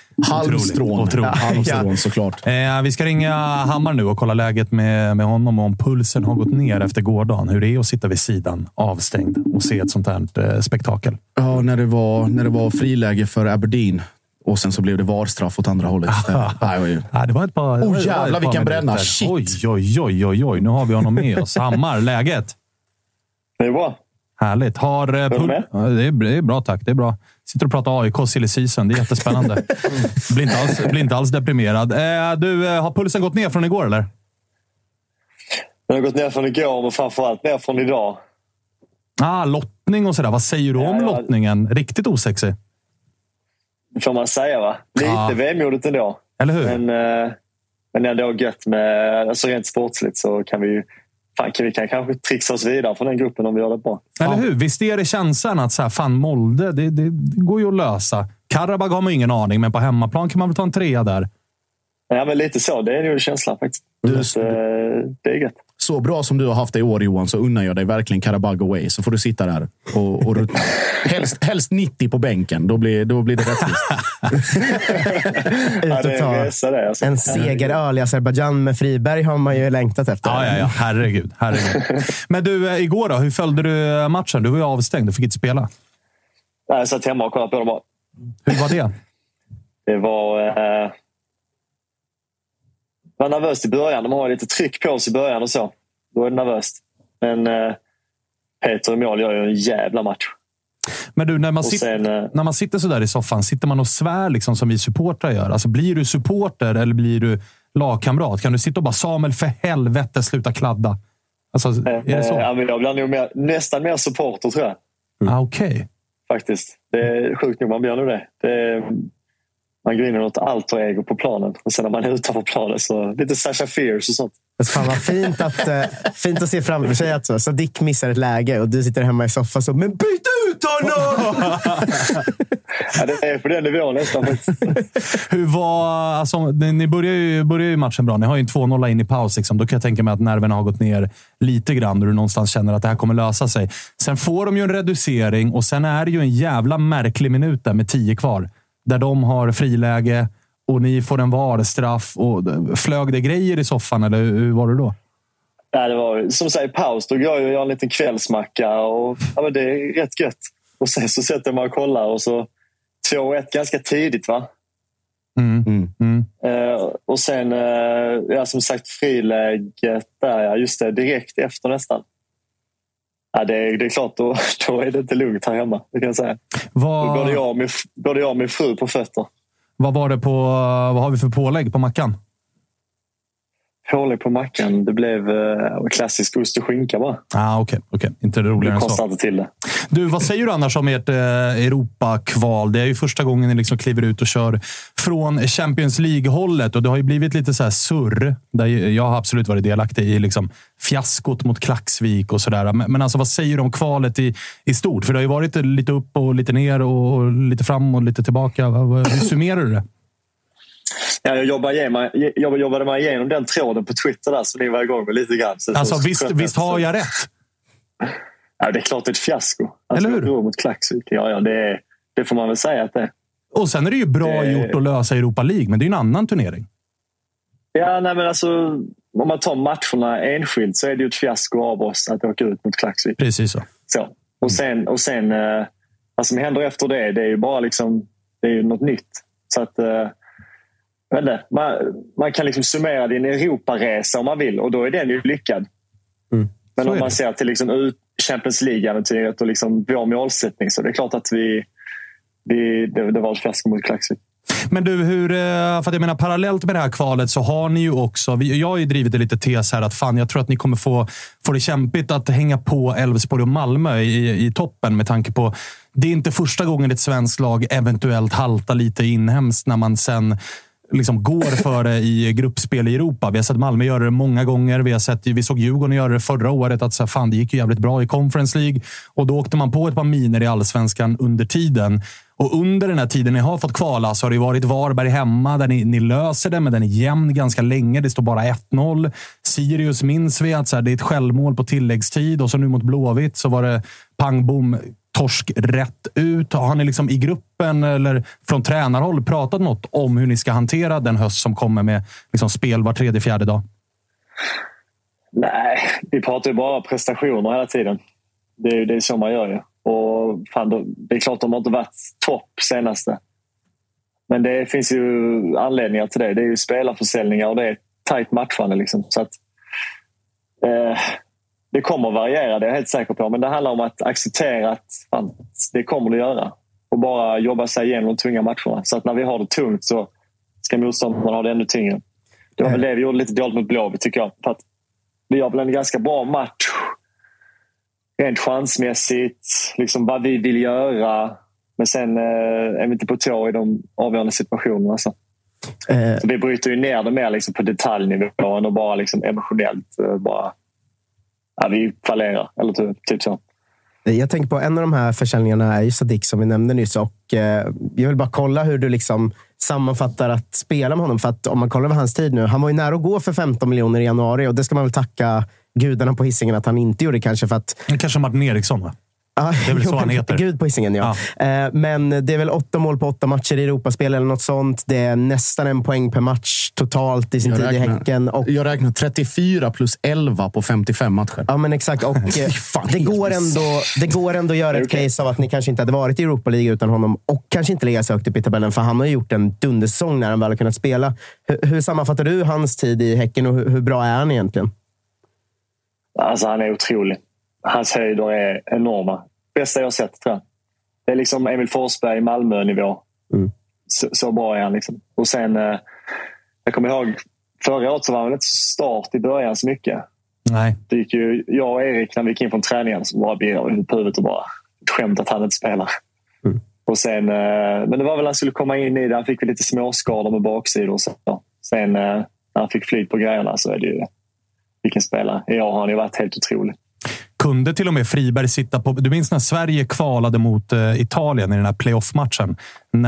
Halmstrån såklart. Vi ska ringa Hammar nu och kolla läget med honom, om pulsen har gått ner efter gårdagen. Hur det är att sitta vid sidan avstängd och se ett sånt här spektakel. Ja, när det var friläge för Aberdeen, och sen så blev det VAR-straff åt andra hållet. Det var ett par... jävlar vilken bränna. Shit. Oj. Nu har vi honom med oss. Hammar, läget? Det är bra. Härligt. Det är bra, tack. Det är bra. Sitter och pratar AIK silly season. Det är jättespännande. Blir inte alls deprimerad. Har pulsen gått ner från igår, eller? Den har gått ner från igår, men framförallt ner från idag. Lottning och sådär. Vad säger du om lottningen? Riktigt osexig. Får man säga, va? Lite vemodigt ändå. Eller hur? Men ändå gött med, alltså rent sportsligt så kan vi kanske trixa oss vidare från den gruppen om vi gör det bra. Eller hur? Visst är det känslan att så här, fan, Molde, det går ju att lösa. Karabag har man ingen aning, men på hemmaplan kan man väl ta en 3 där. Ja, men lite så. Det är ju känslan faktiskt. Det är gött. Så bra som du har haft det i år, Johan, så unnar jag dig verkligen Karabag away. Så får du sitta där och ruttna. helst 90 på bänken. Då blir det rättvist. En segeröl i Azerbaijan med Friberg har man ju längtat efter. Ja. Herregud. Men du, igår då, hur följde du matchen? Du var ju avstängd, du fick inte spela. Jag satt hemma och kollade på dem bara. Hur var det? Det var nervöst i början. De har lite tryck på oss i början och så. Då är det nervöst. Men Peter och mål gör ju en jävla match. Men du, när man sitter så där i soffan, sitter man och svär liksom som vi supportrar gör? Alltså, blir du supporter eller blir du lagkamrat? Kan du sitta och bara, Samuel, för helvete, sluta kladda? Alltså, är det så? Jag blir nog nästan mer supporter, tror jag. Okej. Faktiskt. Det är sjukt nog, man blir nog det. Man går in i något alter ego på planen. Och sen när man är utanför planen så lite Sasha Fierce och sånt. Fan vad fint att se framför sig att Sadiq missar ett läge och du sitter hemma i soffan så, men byt ut honom! Ja, det är på den nivån nästan. Hur var, alltså, ni börjar ju matchen bra. Ni har ju en 2-0 in i paus. Liksom. Då kan jag tänka mig att nerverna har gått ner lite grann. Då du någonstans känner att det här kommer lösa sig. Sen får de ju en reducering och sen är det ju en jävla märklig minut där med 10 kvar. Där de har friläge och ni får en VAR-straff. Och flög det grejer i soffan, eller hur var det då? Ja, det var som sagt paus. Då går jag en liten kvällsmacka och men det är rätt gött. Och sen så sätter man och kollar och så 2-1 ganska tidigt, va? Och sen, som sagt, friläget där, just det, direkt efter nästan. Ja, det är klart, då är det inte lugnt här hemma, det kan jag säga. Då går jag med fru på fötter. Vad har vi för pålägg på mackan? Pålägg på mackan, det blev klassisk ost och skinka bara. Okej. Inte det roligare än så. Konstant till det. Du, vad säger du annars om ert Europa-kval? Det är ju första gången ni liksom kliver ut och kör från Champions League-hållet. Och det har ju blivit lite så här surr. Där jag har absolut varit delaktig i liksom fiaskot mot Klaxvik och sådär. Men alltså, vad säger du om kvalet i stort? För det har ju varit lite upp och lite ner och lite fram och lite tillbaka. Hur summerar du det? Ja, jag jobbade mig igenom den tråden på Twitter där, så ni var igång med lite grann. Alltså, visst har jag rätt? Ja, det är klart ett fiasko. Eller hur? Mot Klaxvik. Ja, det får man väl säga att det är. Och sen är det ju bra gjort att lösa Europa League, men det är ju en annan turnering. Ja, nej, men alltså, om man tar matcherna enskilt så är det ju ett fiasko av oss att åka ut mot Klaxvik. Precis så. Och sen vad som händer efter det är ju bara liksom, det är ju något nytt. Så att man kan liksom summera din Europaresa om man vill, och då är den ju lyckad. Men om man ser till liksom Champions League-äventyret och liksom vår målsättning, så det är klart att det var ett fiasko mot Klaxvik. Men du, för att jag menar, parallellt med det här kvalet så har ni ju också, jag har ju drivit det lite tes här, att fan, jag tror att ni kommer få det kämpigt att hänga på Elfsborg och Malmö i toppen, med tanke på, det är inte första gången ett svenskt lag eventuellt haltar lite inhemskt när man sen liksom går för det i gruppspel i Europa. Vi har sett Malmö göra det många gånger. Vi såg Djurgården göra det förra året. Att så fan, det gick ju jävligt bra i Conference League. Och då åkte man på ett par miner i Allsvenskan under tiden. Och under den här tiden ni har fått kvala så har det varit Varberg hemma där ni löser det, men den är jämn ganska länge. Det står bara 1-0. Sirius minns vi att så här, det är ett självmål på tilläggstid. Och så nu mot Blåvitt så var det pang bom, torsk rätt ut. Har ni liksom i gruppen eller från tränarhåll pratat något om hur ni ska hantera den höst som kommer med liksom spel var 3-4 dag? Nej, vi pratar ju bara prestationer hela tiden. Det är så man gör ju. Och fan, det är klart de har inte varit topp senaste. Men det finns ju anledningar till det. Det är ju spelarförsäljningar och det är tajt matchande liksom. Så att det kommer att variera, det är jag helt säker på. Men det handlar om att acceptera att fan, det kommer det göra. Och bara jobba sig igenom de tunga matcherna. Så att när vi har det tungt så ska motståndarna ha det ännu tyngre. Det var väl det vi gjorde lite dåligt mot Blåvitt, tycker jag. För att vi har väl en ganska bra match rent chansmässigt, liksom vad vi vill göra. Men sen är vi inte på tå i de avgörande situationerna. Så vi bryter ju ner det mer liksom på detaljnivån och bara liksom emotionellt. Vi fallerar, eller typ så. Jag tänker på en av de här försäljningarna är ju Sadiq som vi nämnde nyss, och jag vill bara kolla hur du liksom sammanfattar att spela med honom, för att om man kollar över hans tid nu, han var ju nära att gå för 15 miljoner i januari, och det ska man väl tacka gudarna på Hisingen att han inte gjorde, kanske för att... Kanske Martin Eriksson, va? Det är väl så han heter. Gud på Hisingen, ja. Men det är väl 8 mål på 8 matcher i Europaspel eller något sånt. Det är nästan 1 poäng per match totalt i sin tid i Häcken. Och jag räknar 34 plus 11 på 55 matcher. Ja, men exakt. Och det går ändå att göra ett case av att ni kanske inte hade varit i Europa League utan honom och kanske inte legat så högt upp i tabellen, för han har gjort en dundersäsong när han väl har kunnat spela. Hur sammanfattar du hans tid i Häcken och hur bra är han egentligen? Alltså, han är otrolig. Hans höjder är enorma. Bästa jag har sett, tror jag. Det är liksom Emil Forsberg i Malmö-nivå. Så bra är han liksom. Och sen, jag kommer ihåg, förra året så var han inte start i början så mycket. Nej. Det gick ju, jag och Erik, när vi gick in från träningen, så bara birrade på huvudet och bara skämt att han inte spelar. Och sen, men det var väl han skulle komma in i det. Han fick väl lite småskador med baksidor och så. Sen när han fick flyt på grejerna så är det ju vilken spelare. Jag har han ju varit helt otrolig. Kunde till och med Friberg sitta på... Du minns när Sverige kvalade mot Italien i den här playoff-matchen?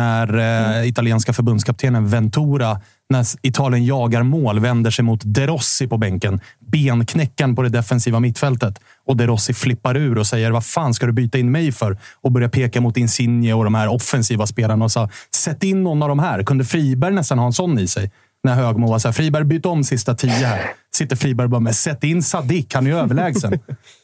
När italienska förbundskaptenen Ventura, när Italien jagar mål, vänder sig mot De Rossi på bänken. Benknäckaren på det defensiva mittfältet. Och De Rossi flippar ur och säger, vad fan ska du byta in mig för? Och börjar peka mot Insigne och de här offensiva spelarna och sa, sätt in någon av de här. Kunde Friberg nästan ha en sån i sig? När Högmo var så här, Friberg byt om sista 10 här. Sitter Friberg bara med, sätt in Sadik, han är ju överlägsen.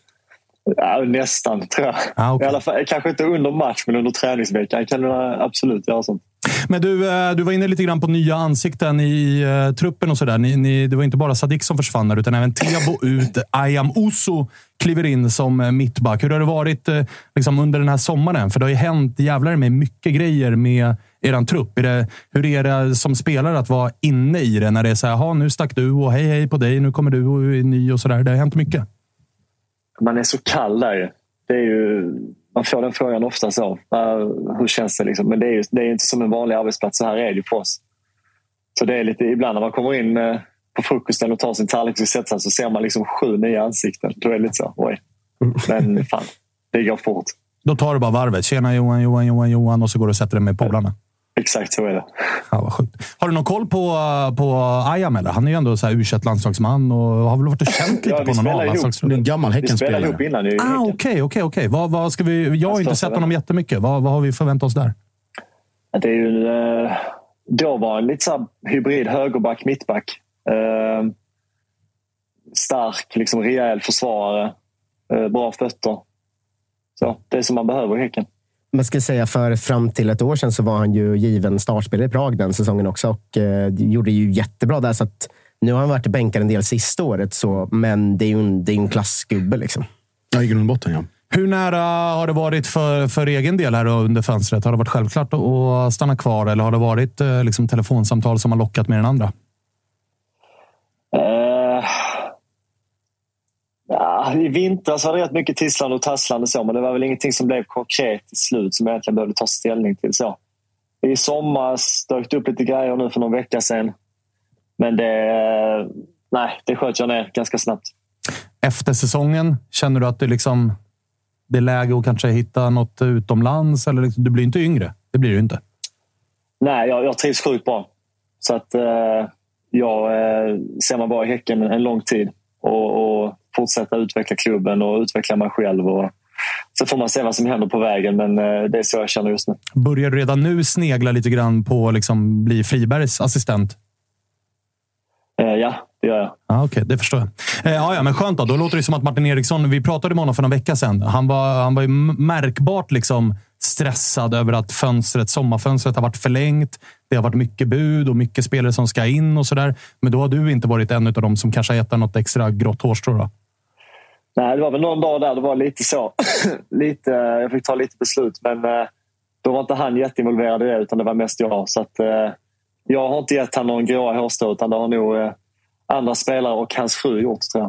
Ja, nästan, tror jag. Okay. I alla fall, kanske inte under match, men under träningsveckan kan du absolut göra sånt. Men du var inne lite grann på nya ansikten i truppen och sådär. Det var inte bara Sadik som försvann där, utan även Tebo ut. Ayam Uso kliver in som mittback. Hur har det varit liksom under den här sommaren? För det har ju hänt jävlar med mycket grejer med eran trupp. Hur är det som spelare att vara inne i det när det är så här, nu stack du och hej på dig, nu kommer du och är ny och sådär. Det har hänt mycket. Man är så kall där. Det är ju, man får den frågan ofta så. Hur känns det liksom? Men det är inte som en vanlig arbetsplats. Så här är det för oss. Så det är lite, ibland när man kommer in på frukosten och tar sin tallrik och sätter sig, så ser man liksom 7 nya ansikten. Då är det lite så, oj. Men fan, det går fort. Då tar du bara varvet. Tjena Johan och så går du och sätter dig med polarna. Exakt, så är det. Ja, vad sjukt. Har du någon koll på Ayam eller? Han är ju ändå så här U21-landslagsman och har väl varit och känt lite på någon landslagsman. Det är en gammal Häckenspelare. Vi spelar ihop innan. Okej. Vad ska vi... Jag har inte sett honom jättemycket. Vad har vi förväntat oss där? Det är ju... Då var en lite så här hybrid högerback, mittback. Stark, liksom rejäl försvarare. Bra fötter. Så, det är som man behöver i Häcken. Man ska säga för fram till ett år sedan så var han ju given startspelare i Prag den säsongen också och gjorde ju jättebra där, så att nu har han varit bänkad en del sista året så, men det är ju en klassgubbe liksom. Ja, i grund och botten, ja. Hur nära har det varit för egen del här under fönstret? Har det varit självklart att stanna kvar eller har det varit liksom telefonsamtal som har lockat med den andra? Ja, i vintras var det rätt mycket tisslande och tasslande och så, men det var väl ingenting som blev konkret i slut som jag egentligen behövde ta ställning till. Så. I sommar dök det upp lite grejer nu för någon vecka sedan. Men det sköt jag ner ganska snabbt. Efter säsongen, känner du att det är läge att kanske hitta något utomlands? Eller du blir inte yngre, det blir du inte. Nej, jag trivs sjukt bra. Så att jag ser man bara i Häcken en lång tid. Och fortsätta utveckla klubben och utveckla mig själv. Och så får man se vad som händer på vägen, men det är så jag känner just nu. Börjar du redan nu snegla lite grann på bli Fribergs assistent? Ja, det gör jag. Okej, det förstår jag. Ja, men skönt då. Då låter det som att Martin Eriksson, vi pratade med honom för någon vecka sedan. Han var ju märkbart stressad över att sommarfönstret har varit förlängt. Det har varit mycket bud och mycket spelare som ska in och sådär. Men då har du inte varit en av dem som kanske har ätit något extra grått hårstrå då? Nej, det var väl någon dag där det var lite så. Jag fick ta lite beslut, men då var inte han jätteinvolverad i det, utan det var mest jag. Så att jag har inte gett han någon gråa hårstrå, utan det har nog andra spelare och hans fru gjort, tror jag.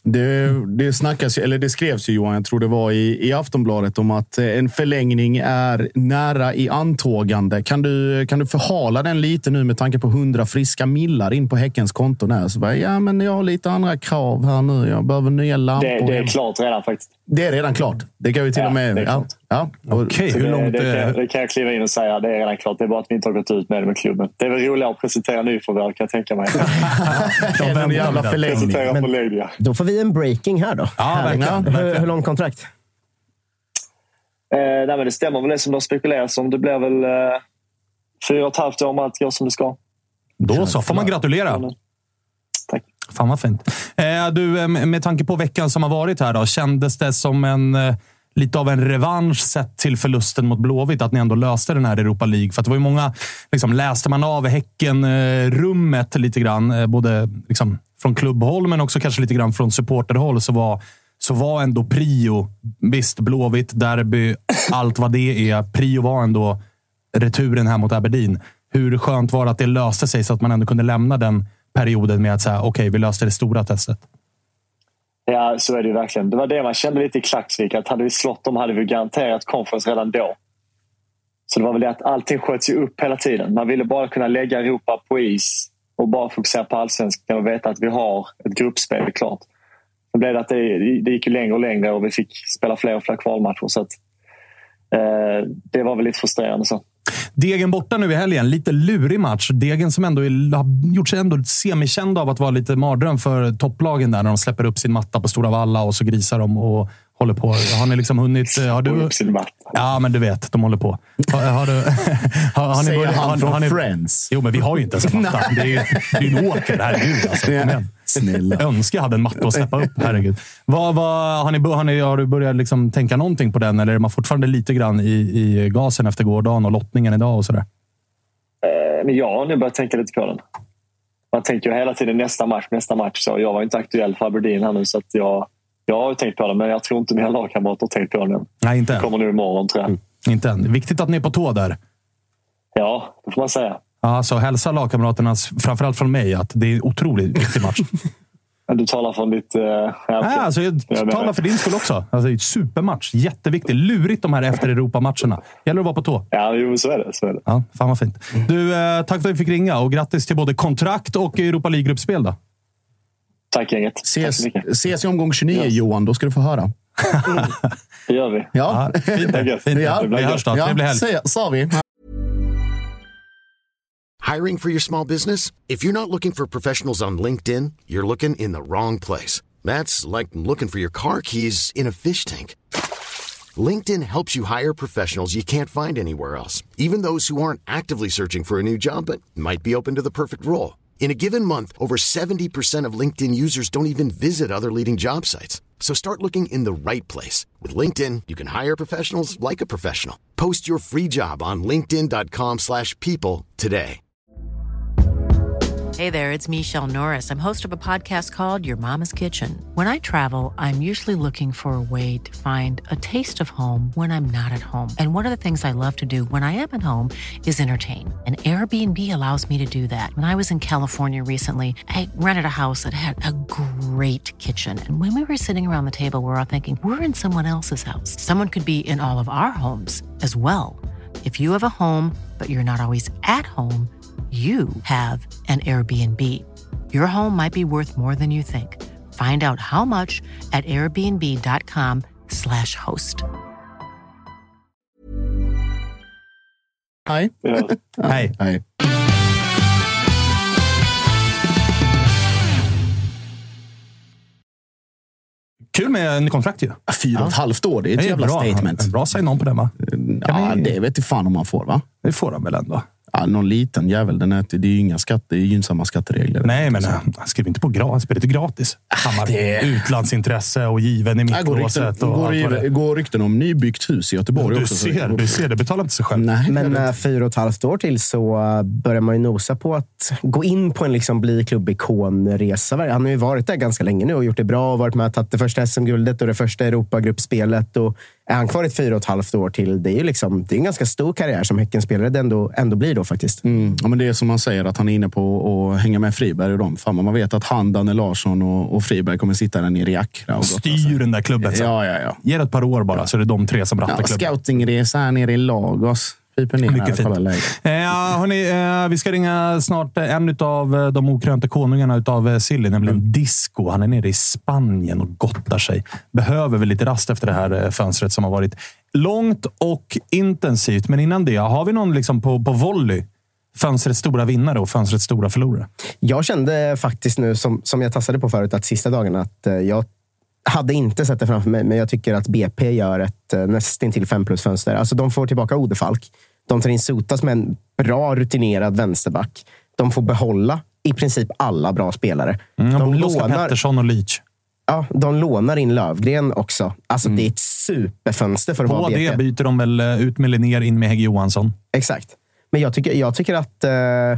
Det skrevs ju, Johan, jag tror det var i Aftonbladet, om att en förlängning är nära i antågande. Kan du förhala den lite nu med tanke på 100 friska millar in på Häckens konto där? Så bara, men jag har lite andra krav här nu. Jag behöver nya lampor. Det är klart redan faktiskt. Det är redan klart. Det kan vi till och med... Ja. Okej, hur långt... Det kan jag kliva in och säga. Det är redan klart. Det är bara att vi inte har gått ut med klubben. Det är väl roligare att presentera nyförvärv, kan jag tänka mig. En jävla förlängning. Då får vi en breaking här då. Ja, verkligen. Hur lång kontrakt? Nej, men det stämmer väl det som det spekuleras om. Det blir väl 4,5 år om allt går som det ska. Då så, får man gratulera. Tack. Fan vad fint. Du, med tanke på veckan som har varit här då, kändes det som lite av en revansch sett till förlusten mot Blåvitt att ni ändå löste den här Europa League? För att det var ju många, liksom, läste man av Häcken-rummet lite grann, både liksom från klubbhåll men också kanske lite grann från supporterhåll, så var ändå prio, visst, Blåvitt, derby, allt vad det är. Prio var ändå returen här mot Aberdeen. Hur skönt var det att det löste sig så att man ändå kunde lämna den perioden med att säga okej, vi löste det stora testet? Ja, så är det ju verkligen. Det var det man kände lite i Klaxvik, att hade vi slått dem hade vi garanterat conference redan då. Så det var väl det att allting sköts ju upp hela tiden. Man ville bara kunna lägga Europa på is och bara fokusera på allsvenskan och veta att vi har ett gruppspel klart. Så blev det att det gick ju längre och längre och vi fick spela fler och fler kvalmatcher, så att det var väl lite frustrerande så. Degen borta nu i helgen, lite lurig match. Degen som ändå har gjort sig ändå semikänd av att vara lite mardröm för topplagen där, när de släpper upp sin matta på Stora Valla och så grisar de och håller på. Har ni liksom hunnit... Har du... Ja, men du vet, de håller på. Har ni Friends? Jo, men vi har ju inte ens en matta. Det är ju en åker, herregud. Alltså. Kom igen. Snälla. Önskar jag hade en matta att släppa upp, herregud. Har du börjat liksom tänka någonting på den, eller är man fortfarande lite grann i gasen efter gårdagen och lottningen idag och sådär? Men jag har nu börjat tänka lite på den. Man tänker ju hela tiden nästa match. Så jag var inte aktuell för Aberdeen här nu, så att jag har ju tänkt på det, men jag tror inte mina lagkamrater har tänkt på den. Nej, inte än. Det kommer nu imorgon, tror jag. Inte än. Viktigt att ni är på tå där. Ja, det får man säga. Ja, så hälsa lagkamraterna, framförallt från mig, att det är en otroligt viktig match. Du talar från ditt... alltså jag talar för din skull också. Alltså, det är ett supermatch. Jätteviktigt. Lurigt de här efter Europa-matcherna. Gäller att vara på tå. Ja, jo, så är det. Ja, fan vad fint. Du, tack för att vi fick ringa och grattis till både kontrakt och Europa League-gruppspel då. Tack, gänget. Ses i omgång 29, Johan. Då ska du få höra. Det gör vi. Ja, fint. Vi hörs då. Trevlig helg. Sa vi. Hiring for your small business? If you're not looking for professionals on LinkedIn, you're looking in the wrong place. That's like looking for your car keys in a fish tank. LinkedIn helps you hire professionals you can't find anywhere else, even those who aren't actively searching for a new job but might be open to the perfect role. In a given month, over 70% of LinkedIn users don't even visit other leading job sites. So start looking in the right place. With LinkedIn, you can hire professionals like a professional. Post your free job on linkedin.com/people today. Hey there, it's Michelle Norris. I'm host of a podcast called Your Mama's Kitchen. When I travel, I'm usually looking for a way to find a taste of home when I'm not at home. And one of the things I love to do when I am at home is entertain. And Airbnb allows me to do that. When I was in California recently, I rented a house that had a great kitchen. And when we were sitting around the table, we were all thinking, we're in someone else's house. Someone could be in all of our homes as well. If you have a home, but you're not always at home, you have an Airbnb. Your home might be worth more than you think. Find out how much at airbnb.com/host. Hej. Hej. Kul med en kontrakt ju. 4,5 år, det är ett jävla statement. Bra sign-on på den, va? Det vet du fan om man får, va? Det får de väl ändå. Ja, någon liten jävel. Det är ju inga det är gynnsamma skatteregler. Nej, men han skriver inte på gratis. Spelar inte gratis. Utlandsintresse och given i mittblåset. Går rykten om nybyggt hus i Göteborg också. Du ser, det betalar inte sig själv. Nej, men 4,5 år till så börjar man ju nosa på att gå in på en liksom bli klubbikon-resa. Han har ju varit där ganska länge nu och gjort det bra och varit med att ta det första SM-guldet och det första Europagruppspelet. Och är han kvar ett 4,5 år till, det är ju liksom, det är en ganska stor karriär som Häckenspelare det ändå blir då faktiskt. Ja, men det är som man säger att han är inne på att hänga med Friberg och dem. Fan, man vet att han, Danne Larsson och Friberg kommer sitta där nere i Accra. Och styr den där klubben. Ja. Ger ett par år bara så är det de tre som rattar klubben. Scoutingresa här nere i Lagos. Mycket fint. Vi ska ringa snart en av de okrönta konungarna utav Silly, nämligen Disco. Han är nere i Spanien och gottar sig. Behöver väl lite rast efter det här fönstret som har varit långt och intensivt. Men innan det, har vi någon liksom på volley? Fönstrets stora vinnare och fönstrets stora förlorare? Jag kände faktiskt nu, som jag tassade på förut, att sista dagen att jag hade inte sett det framför mig, men jag tycker att BP gör ett nästan till 5+-fönster. Alltså de får tillbaka Odefalk. De tar in Sotas med en bra rutinerad vänsterback. De får behålla i princip alla bra spelare. De lånar Pettersson och Leach. Ja, de lånar in Lövgren också. Alltså det är ett superfönster för att vara BP. På det byter de väl ut med Linnér, in med Hägg Johansson. Exakt. Men jag tycker att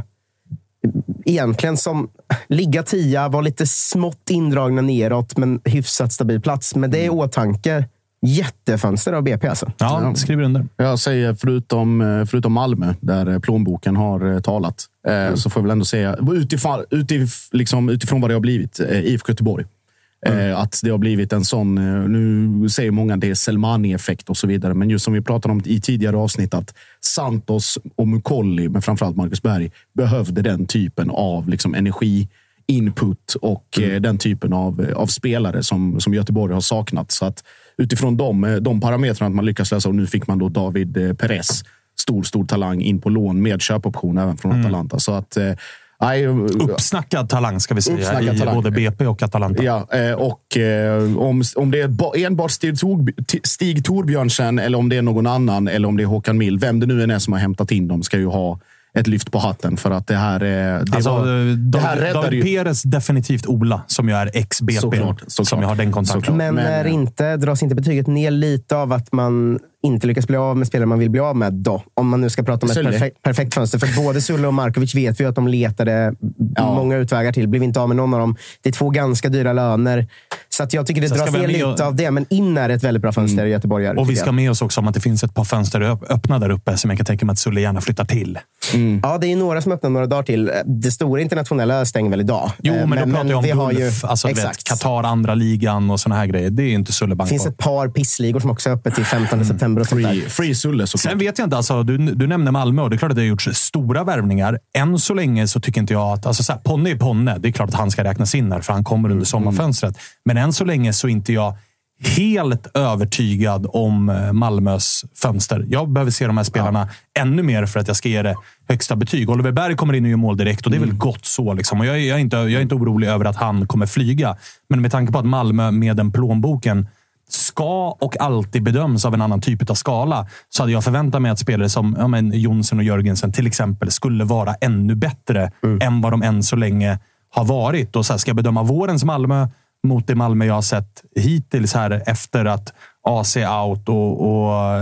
egentligen som ligga 10, var lite smått indragna neråt, men hyfsat stabil plats. Men det är åtanke. Jättefönster av BP alltså. Ja, skriver under. Jag säger förutom Malmö, där plånboken har talat, så får jag väl ändå säga utifrån vad det har blivit IFK Göteborg. Att det har blivit en sån, nu säger många att det är Selmani-effekt och så vidare, men just som vi pratade om i tidigare avsnitt, att Santos och Mukolli, men framförallt Marcus Berg, behövde den typen av liksom energi, input och den typen av spelare som Göteborg har saknat. Så att utifrån de parametrarna att man lyckas lösa, och nu fick man då David Perez, stor talang, in på lån med köpoption även från Atalanta. Så att uppsnackad talang ska vi säga i både BP och Atalanta. Ja, och om det är enbart Stig Torbjörnsen, eller om det är någon annan, eller om det är Håkan Mild, vem det nu är som har hämtat in dem, ska ju ha ett lyft på hatten, för att det här David Perez definitivt Ola, som ju är ex-BP, såklart. Som jag har den kontakten. Men dras inte betyget ner lite av att man inte lyckas bli av med spelare man vill bli av med då? Om man nu ska prata om ett perfekt fönster. För både Sulle och Markovic vet vi att de letade många utvägar till. Blev inte av med någon av dem. Det är 2 ganska dyra löner. Så att jag tycker det dras ner lite av det. Men in är ett väldigt bra fönster i Göteborg. Och vi ska med oss också om att det finns ett par fönster öppna där uppe som jag kan tänka mig att Sulle gärna flyttar till. Ja, det är några som öppnar några dagar till. Det stora internationella stänger väl idag. Jo, men då pratar jag om Gulf. Alltså, Qatar, andra ligan och såna här grejer. Det är inte Sulle bank. Det finns ett par pissligor som också är öppet till 15 september. Och free Sulle, såklart. Sen vet jag inte, alltså, du nämnde Malmö, och det är klart att det har gjorts stora värvningar. Än så länge så tycker inte jag att, alltså, så här, Ponne är Ponne. Det är klart att han ska räknas in här, för han kommer under sommarfönstret. Men än så länge så är inte jag helt övertygad om Malmös fönster. Jag behöver se de här spelarna ännu mer för att jag ska ge det högsta betyg. Oliver Berg kommer in och gör mål direkt, och det är väl gott så. Liksom. Och jag är inte orolig över att han kommer flyga. Men med tanke på att Malmö med den plånboken ska och alltid bedöms av en annan typ av skala, så hade jag förväntat mig att spelare som Jonsson och Jörgensen till exempel skulle vara ännu bättre än vad de än så länge har varit. Och så här, ska jag bedöma vårens Malmö mot det Malmö jag har sett hittills här efter att AC out och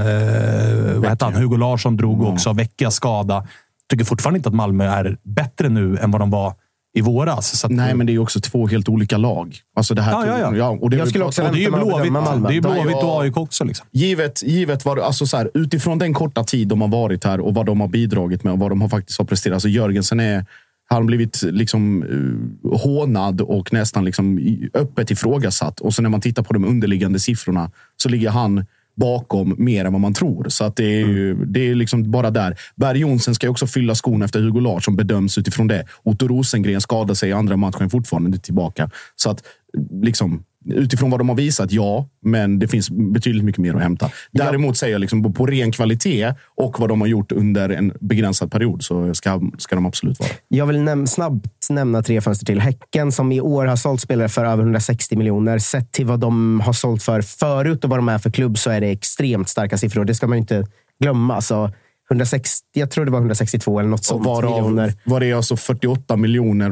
vad heter han? Hugo Larsson drog också, vecka skada. Tycker fortfarande inte att Malmö är bättre nu än vad de var i våras. Så att, nej, men det är ju också 2 helt olika lag. Alltså det här och det, jag skulle också det är ju Blåvitt och AIK också. Liksom. Givet vad, alltså så här, utifrån den korta tid de har varit här och vad de har bidragit med och vad de faktiskt har presterat. Alltså Jörgensen har blivit liksom hånad och nästan liksom öppet ifrågasatt. Och så när man tittar på de underliggande siffrorna så ligger han bakom mer än vad man tror. Så att det är liksom bara där. Berg Jonsen ska ju också fylla skon efter Hugo Larsson, som bedöms utifrån det. Otto Rosengren skadade sig i andra matchen, fortfarande tillbaka. Så att liksom utifrån vad de har visat, men det finns betydligt mycket mer att hämta. Däremot säger jag liksom på ren kvalitet och vad de har gjort under en begränsad period, så ska de absolut vara. Jag vill snabbt nämna 3 fönster till. Häcken, som i år har sålt spelare för över 160 miljoner. Sett till vad de har sålt för förut och vad de är för klubb, så är det extremt starka siffror. Det ska man ju inte glömma. Så 160, jag tror det var 162 eller något sånt miljoner. Var det alltså 48 miljoner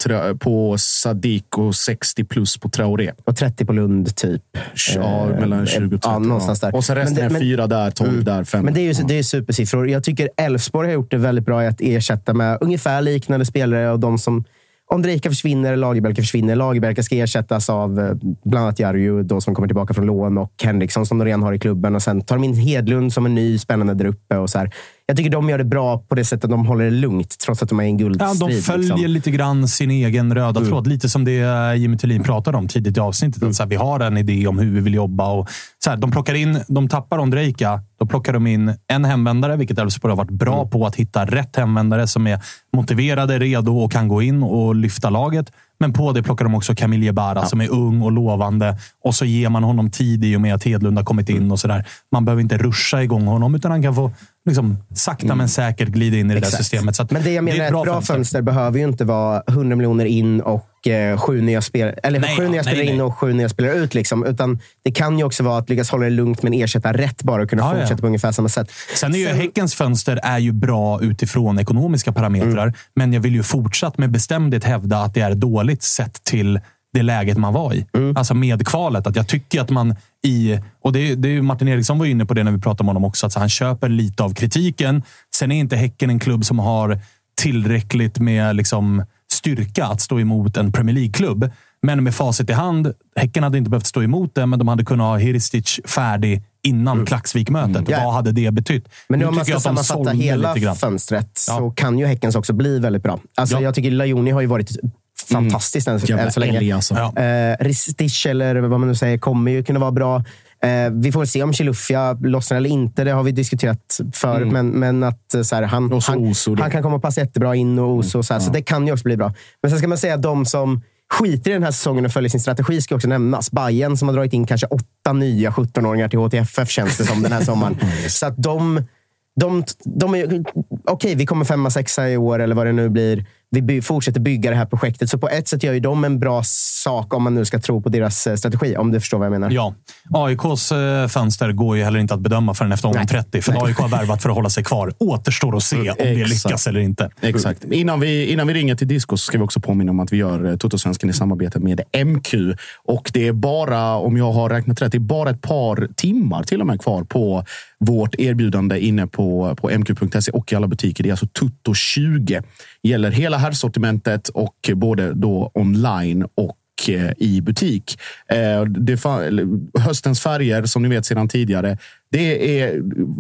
på Sadik och 60 plus på Traoré? Och 30 på Lund typ. Ja, mellan 20 och 30. Ja, någonstans där. Och sen resten är 4 där, 12 där, 5. Men det är supersiffror. Jag tycker Elfsborg har gjort det väldigt bra i att ersätta med ungefär liknande spelare, och de som Ondrejka försvinner, Lagerbielke försvinner. Lagerbielke ska ersättas av bland annat Jarju då, som kommer tillbaka från lån, och Henriksson som de redan har i klubben. Och sen tar de in Hedlund som en ny spännande där uppe. Och så här. Jag tycker de gör det bra på det sättet att de håller det lugnt trots att de är i en guldstrid. Ja, de följer lite grann sin egen röda tråd. Lite som det Jimmy Tillin pratade om tidigt i avsnittet. Så här, vi har en idé om hur vi vill jobba. Och så här, de tappar Ondrejka. Då plockar de in en hemvändare, vilket Elfsborg har varit bra på, att hitta rätt hemvändare som är motiverade, redo och kan gå in och lyfta laget. Men på det plockar de också Camille Jebara som är ung och lovande. Och så ger man honom tid i och med att Hedlund har kommit in och sådär. Man behöver inte ruscha igång honom, utan han kan få liksom, sakta men säkert glida in i det där systemet. Så att men det jag menar, ett bra fönster behöver ju inte vara 100 miljoner in och 7 nya spelare in och 7 nya spelare ut. Liksom. Utan det kan ju också vara att lyckas hålla det lugnt men ersätta rätt bara och kunna fortsätta på ungefär samma sätt. Sen är ju Häckens fönster är ju bra utifrån ekonomiska parametrar. Men jag vill ju fortsatt med bestämdhet hävda att det är dåligt sett till det läget man var i. Alltså med kvalet. Att jag tycker att man och det är ju Martin Eriksson var inne på det när vi pratade om honom också, att han köper lite av kritiken. Sen är inte Häcken en klubb som har tillräckligt med liksom styrka att stå emot en Premier League-klubb. Men med facit i hand, Häcken hade inte behövt stå emot det, men de hade kunnat ha Hiristic färdig innan Klaxvik-mötet. Vad hade det betytt? Men nu om man ska sammanfatta hela fönstret så kan ju Häckens också bli väldigt bra. Alltså jag tycker Lajoni har ju varit fantastiskt än så länge. Ristic eller vad man nu säger kommer ju kunna vara bra. Vi får se om Chilufya lossnar eller inte. Det har vi diskuterat förut. Men att så här, han kan komma och passa jättebra in och Oso. Så det kan ju också bli bra. Men sen ska man säga att de som skiter i den här säsongen och följer sin strategi ska också nämnas. Bayern som har dragit in kanske 8 nya 17-åringar till HTFF känns det som den här sommaren. Så att de är okej, vi kommer 5-6 i år eller vad det nu blir. Vi fortsätter bygga det här projektet. Så på ett sätt gör ju de en bra sak om man nu ska tro på deras strategi. Om du förstår vad jag menar. Ja, AIKs fönster går ju heller inte att bedöma förrän efter omgång 30. För AIK har värvat för att hålla sig kvar. Återstår att se om det lyckas eller inte. Exakt. Innan vi ringer till Disco så ska vi också påminna om att vi gör Toto-svenskan i samarbete med MQ. Och det är bara, om jag har räknat rätt, det är bara ett par timmar till och med kvar på vårt erbjudande inne på mq.se och i alla butiker. Det är alltså Toto 20. Gäller hela herrsortimentet och både då online och i butik. Höstens färger som ni vet sedan tidigare. Det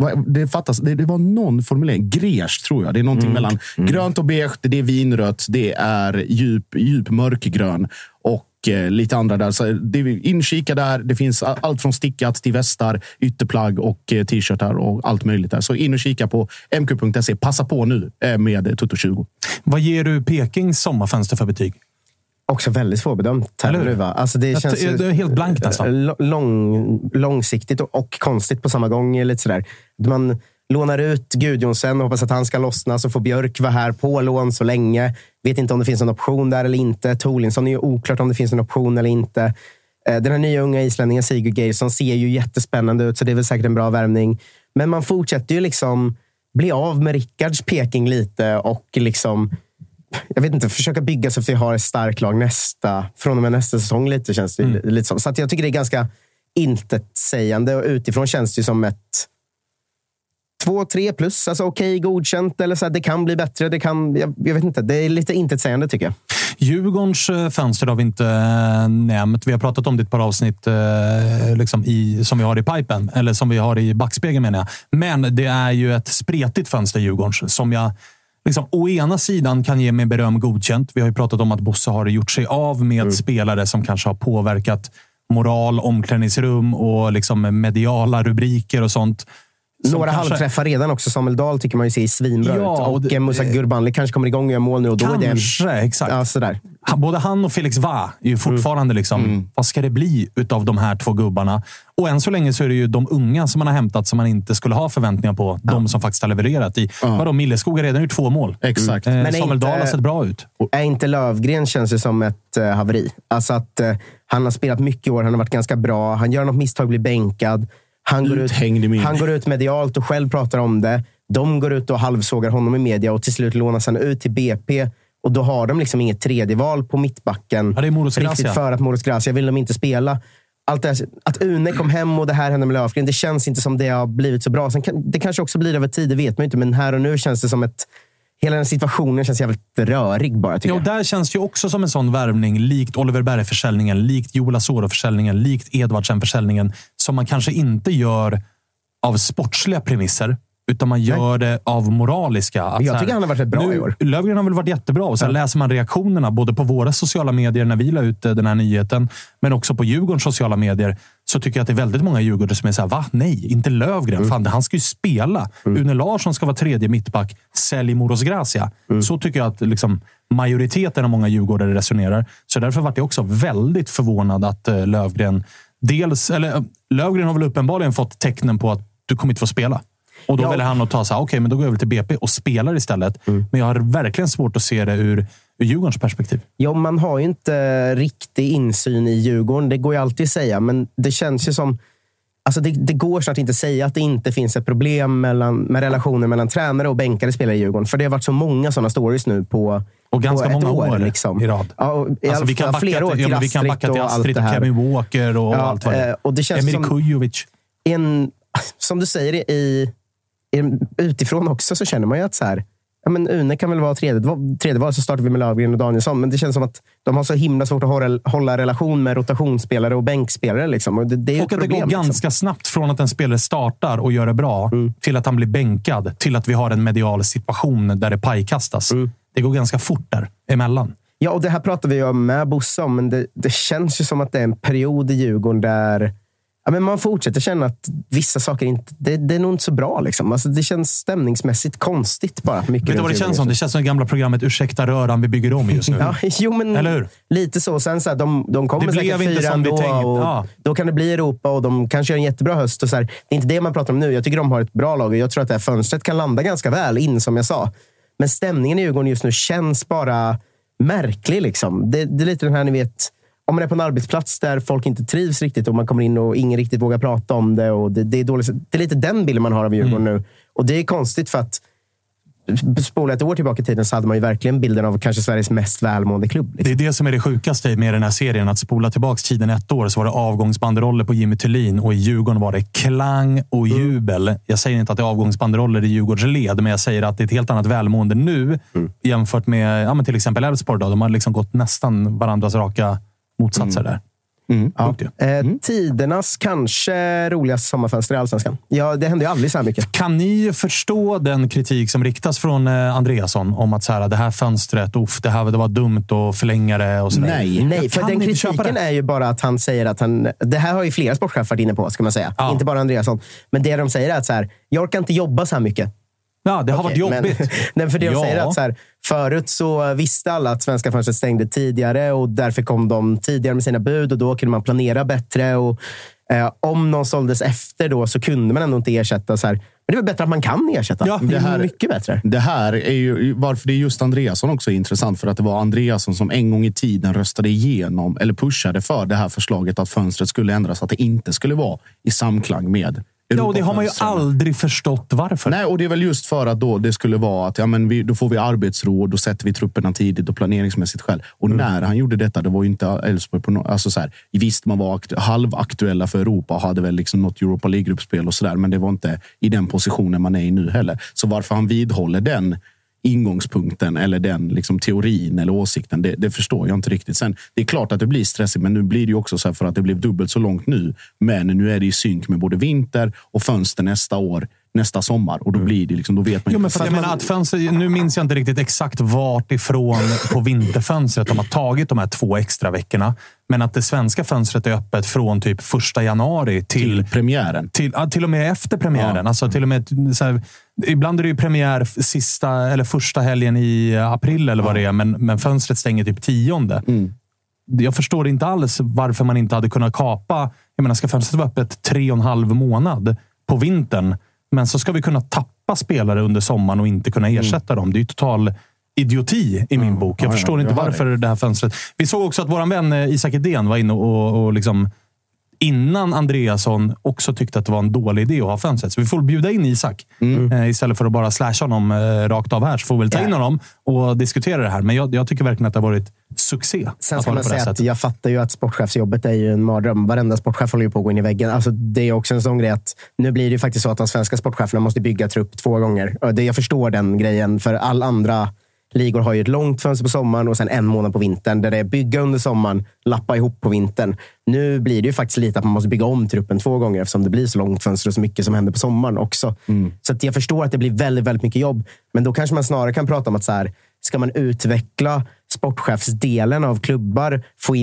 var någon formulering. Gräsch tror jag. Det är någonting mellan grönt och beige. Det är vinrött. Det är djup mörkgrön. Och lite andra där. Så det är inkika där. Det finns allt från stickat till västar, ytterplagg och t-shirtar och allt möjligt där. Så in och kika på mq.se. Passa på nu med Toto 20. Vad ger du Pekings sommarfönster för betyg? Också väldigt svårbedömt. Alltså det känns det är helt blankt nästan. Långsiktigt och konstigt på samma gång. Lite sådär. Man lånar ut Gudjonsen och hoppas att han ska lossna, så får Björk vara här på lån så länge. Vet inte om det finns en option där eller inte. Tolinsson är ju oklart om det finns en option eller inte. Den här nya unga islänningen Sigurd Geirsson ser ju jättespännande ut, så det är väl säkert en bra värvning. Men man fortsätter ju liksom bli av med Rickards Peking lite och liksom, jag vet inte, försöka bygga så att vi har ett starkt lag från och med nästa säsong lite, känns det lite som. Så att jag tycker det är ganska intetsägande, och utifrån känns det som ett 2-3 plus, alltså okej, godkänt eller så här, det kan bli bättre, det kan, jag vet inte, det är lite intetsägande tycker jag. Djurgårdens fönster har vi inte nämnt. Vi har pratat om det ett par avsnitt liksom som vi har i pipen, eller som vi har i backspegeln menar jag. Men det är ju ett spretigt fönster Djurgårdens som jag liksom, å ena sidan kan ge mig beröm godkänt. Vi har ju pratat om att Bosse har gjort sig av med spelare som kanske har påverkat moral, omklädningsrum och liksom mediala rubriker och sånt. Några halvträffar redan också. Samuel Dahl tycker man ju ser svinbra ut. Och Musa Gurbanli kanske kommer igång och gör mål nu. Och då kanske, är det exakt. Ja, sådär. Både han och Felix Va är ju fortfarande liksom, vad ska det bli utav de här två gubbarna? Och än så länge så är det ju de unga som man har hämtat som man inte skulle ha förväntningar på. De som faktiskt har levererat i. Vadå, Milleskog har redan gjort 2 mål. Exakt. Men Samuel Dahl har sett bra ut. Är inte Lövgren känns det som ett haveri. Alltså att han har spelat mycket år, han har varit ganska bra. Han gör något misstag, blir bänkad. Han går ut medialt och själv pratar om det. De går ut och halvsågar honom i media och till slut lånas han ut till BP. Och då har de liksom inget tredje val på mittbacken. Ja, det är Moros Gracia. Riktigt för att Moros Gracia vill de inte spela. Allt det här, att Une kom hem och det här hände med Löfgren, det känns inte som det har blivit så bra. Sen det kanske också blir över tid, det vet man inte. Men här och nu känns det som hela den situationen känns jävligt rörig bara, tycker jag. Och där känns ju också som en sån värvning, likt Oliver Berg-försäljningen, likt Joel Asoro-försäljningen, likt Edvardsen-försäljningen, som man kanske inte gör av sportsliga premisser, utan man gör det av moraliska. Jag tycker han har varit rätt bra i år. Löfgren har väl varit jättebra. Och sen läser man reaktionerna både på våra sociala medier när vi la ut den här nyheten, men också på Djurgårdens sociala medier, så tycker jag att det är väldigt många Djurgårdare som är så här: va? Nej, inte Lövgren. Fan, han ska ju spela. Une Larsson ska vara tredje mittback. Sälj Moros Gracia. Så tycker jag att liksom, majoriteten av många Djurgårdare resonerar. Så därför var jag också väldigt förvånad att Lövgren Lövgren har väl uppenbarligen fått tecknen på att du kommer inte få spela. Och då väljer han att ta så här, okej, men då går jag över till BP och spelar istället. Men jag har verkligen svårt att se det ur ur Djurgårdens perspektiv? Ja, man har ju inte riktig insyn i Djurgården. Det går ju alltid att säga, men det känns ju som... Alltså det går snart inte att säga att det inte finns ett problem med relationer mellan tränare och bänkade spelare i Djurgården. För det har varit så många sådana stories nu på och ganska många år liksom. I rad. Ja, alltså, vi kan backa till Astrid och Kevin Walker och allt vad det är. Och det känns Emir Kujovic. Som du säger, utifrån också så känner man ju att så här, ja, men Une kan väl vara tredje val, så startar vi med Löfgren och Danielsson. Men det känns som att de har så himla svårt att hålla relation med rotationsspelare och bänkspelare. Liksom. Och det är och att det går ganska snabbt från att en spelare startar och gör det bra till att han blir bänkad. Till att vi har en medial situation där det pajkastas. Det går ganska fort där emellan. Ja, och det här pratar vi ju med Bosse om. Men det känns ju som att det är en period i Djurgården där men man fortsätter känna att vissa saker inte... Det är nog inte så bra. Liksom. Alltså, det känns stämningsmässigt konstigt bara. Vet du vad det känns som? Det känns som det gamla programmet Ursäkta röran vi bygger om just nu. Ja, jo, men eller hur? Lite så. Sen så här, de kommer säkert 4 ändå. Då kan det bli Europa och de kanske gör en jättebra höst. Och så här, det är inte det man pratar om nu. Jag tycker de har ett bra lag och jag tror att det här fönstret kan landa ganska väl in, som jag sa. Men stämningen i Djurgården just nu känns bara märklig. Liksom. Det är lite den här, ni vet... Om man är på en arbetsplats där folk inte trivs riktigt och man kommer in och ingen riktigt vågar prata om det och det är dåligt. Det är lite den bilden man har av Djurgården nu. Och det är konstigt för att spola ett år tillbaka i tiden så hade man ju verkligen bilden av kanske Sveriges mest välmående klubb. Liksom. Det är det som är det sjukaste med den här serien. Att spola tillbaka tiden 1 år så var det avgångsbanderoller på Jimmy Thulin och i Djurgården var det klang och jubel. Jag säger inte att det är avgångsbanderoller i Djurgårdens led, men jag säger att det är ett helt annat välmående nu jämfört med till exempel Elfsborg. De har liksom gått nästan varandras raka motsatser där. Tidernas kanske roligaste sommarfönster i Allsvenskan. Ja, det händer ju aldrig så här mycket. Kan ni förstå den kritik som riktas från Andreasson om att så här, det här fönstret, det var dumt att förlänga det och sådär? Nej, för den kritiken är ju bara att han säger att det här har ju flera sportchefer varit inne på, ska man säga. Ja. Inte bara Andreasson. Men det de säger är att så här, jag orkar inte jobba så här mycket. Ja, det har varit jobbigt. Men för det de säger att så här, förut så visste alla att svenska fönstret stängde tidigare och därför kom de tidigare med sina bud och då kunde man planera bättre och om någon såldes efter då så kunde man ändå inte ersätta så här. Men det är väl bättre att man kan ersätta. Ja, det är mycket bättre. Det här är ju varför det är just Andreasson också är intressant, för att det var Andreasson som en gång i tiden röstade igenom eller pushade för det här förslaget att fönstret skulle ändras, att det inte skulle vara i samklang med Europa. Ja, och det har man ju aldrig förstått varför. Nej, och det är väl just för att då det skulle vara att då får vi arbetsro och då sätter vi trupperna tidigt och planeringsmässigt själv. Och när han gjorde detta, det var ju inte Elfsborg på alltså så här, visst man var halvaktuella för Europa och hade väl liksom något Europa League-gruppspel och sådär, men det var inte i den positionen man är i nu heller. Så varför han vidhåller den ingångspunkten eller den liksom teorin eller åsikten, det förstår jag inte riktigt. Sen, det är klart att det blir stressigt, men nu blir det ju också så här för att det blev dubbelt så långt nu. Men nu är det i synk med både vinter och fönster nästa sommar. Och då blir det liksom, då vet man ju. Men för att jag menar att fönster, nu minns jag inte riktigt exakt vart ifrån på vinterfönstret de har tagit de här 2 extra veckorna. Men att det svenska fönstret är öppet från typ 1 januari till premiären. Till och med efter premiären. Ja. Alltså till och med så här, ibland är det ju premiär sista eller första helgen i april eller vad det är. Men fönstret stänger typ 10:e. Jag förstår inte alls varför man inte hade kunnat kapa. Jag menar, ska fönstret vara öppet 3,5 månad på vintern? Men så ska vi kunna tappa spelare under sommaren och inte kunna ersätta dem. Det är ju total idioti i min bok. Jag förstår inte varför det här fönstret... Vi såg också att våran vän Isak Edén var inne och liksom innan Andreasson också tyckte att det var en dålig idé att ha fönstret. Så vi får bjuda in Isak istället för att bara slasha honom rakt av här. Så får vi väl ta in honom och diskutera det här. Men jag tycker verkligen att det har varit succé. Sen ska man säga att jag fattar ju att sportchefsjobbet är ju en mardröm. Varenda sportchef håller ju på att gå in i väggen. Alltså, det är också en sån grej att nu blir det ju faktiskt så att de svenska sportcheferna måste bygga trupp 2 gånger. Jag förstår den grejen, för alla andra ligor har ju ett långt fönster på sommaren och sen 1 månad på vintern. Där det är bygga under sommaren, lappa ihop på vintern. Nu blir det ju faktiskt lite att man måste bygga om truppen 2 gånger eftersom det blir så långt fönster och så mycket som händer på sommaren också. Så att jag förstår att det blir väldigt, väldigt mycket jobb. Men då kanske man snarare kan prata om att så här, ska man utveckla sportchefsdelen av klubbar,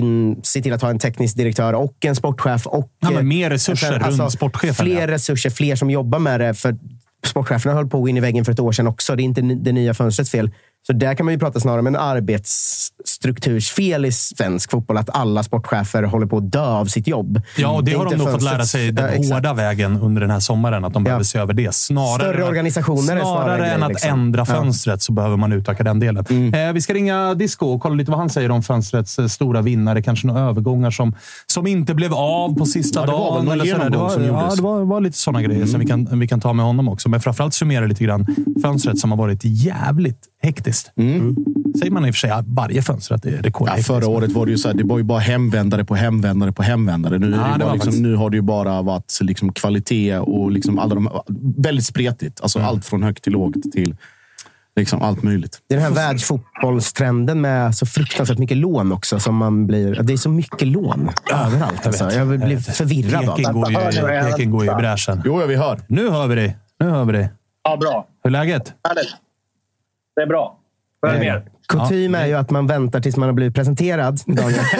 se till att ha en teknisk direktör och en sportchef och men mer resurser runt sportchefen. Fler resurser, fler som jobbar med det, för sportcheferna höll på att gå in i väggen för ett år sedan också. Det är inte det nya fönstrets fel. Så där kan man ju prata snarare om en arbetsstruktursfel i svensk fotboll. Att alla sportchefer håller på att dö av sitt jobb. Ja, och det har de nog fått lära sig den hårda vägen under den här sommaren. Att de behöver se över det. Större organisationer snarare än att ändra fönstret så behöver man utöka den delen. Vi ska ringa Disco och kolla lite vad han säger om fönstrets stora vinnare. Kanske några övergångar som inte blev av på sista dagen. Det var lite sådana grejer som vi kan ta med honom också. Men framförallt summera lite grann fönstret som har varit jävligt hektiskt. Säger man i och för sig varje fönster att det är rekordhektiskt. Förra året var det ju så här, det var ju bara hemvändare på hemvändare på hemvändare. Nu, nu har det ju bara varit liksom kvalitet och liksom alla väldigt spretigt. Alltså allt från högt till lågt till liksom allt möjligt. Det är den här världsfotbollstrenden med så fruktansvärt mycket lån också som man blir. Det är så mycket lån överallt. Jag blir förvirrad av det. Peking går i bräschen. Jo, vi hör. Nu hör vi dig. Ja, bra. Hur är läget? Det är bra. Vad är det mer? Kutym är ju att man väntar tills man har blivit presenterad. Nu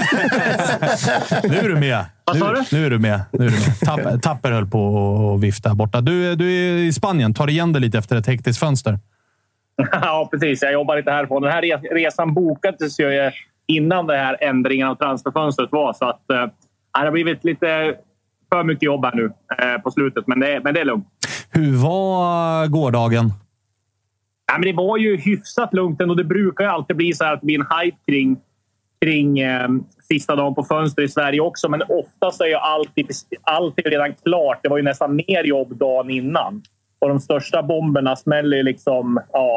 är du med. Nu är du med. Tapper höll på att vifta borta. Du är i Spanien. Tar igen det lite efter ett hektiskt fönster. Ja, precis. Jag jobbar lite härifrån. Den här resan bokades ju innan det här ändringen av transferfönstret var. Så att det har blivit lite för mycket jobb här nu på slutet. Men det är lugnt. Hur var gårdagen? Ja, men det var ju hyfsat lugnt och det brukar ju alltid bli så här att det blir en hype kring sista dagen på fönster i Sverige också. Men oftast är ju alltid redan klart. Det var ju nästan mer jobb dagen innan. Och de största bomberna smäller ju liksom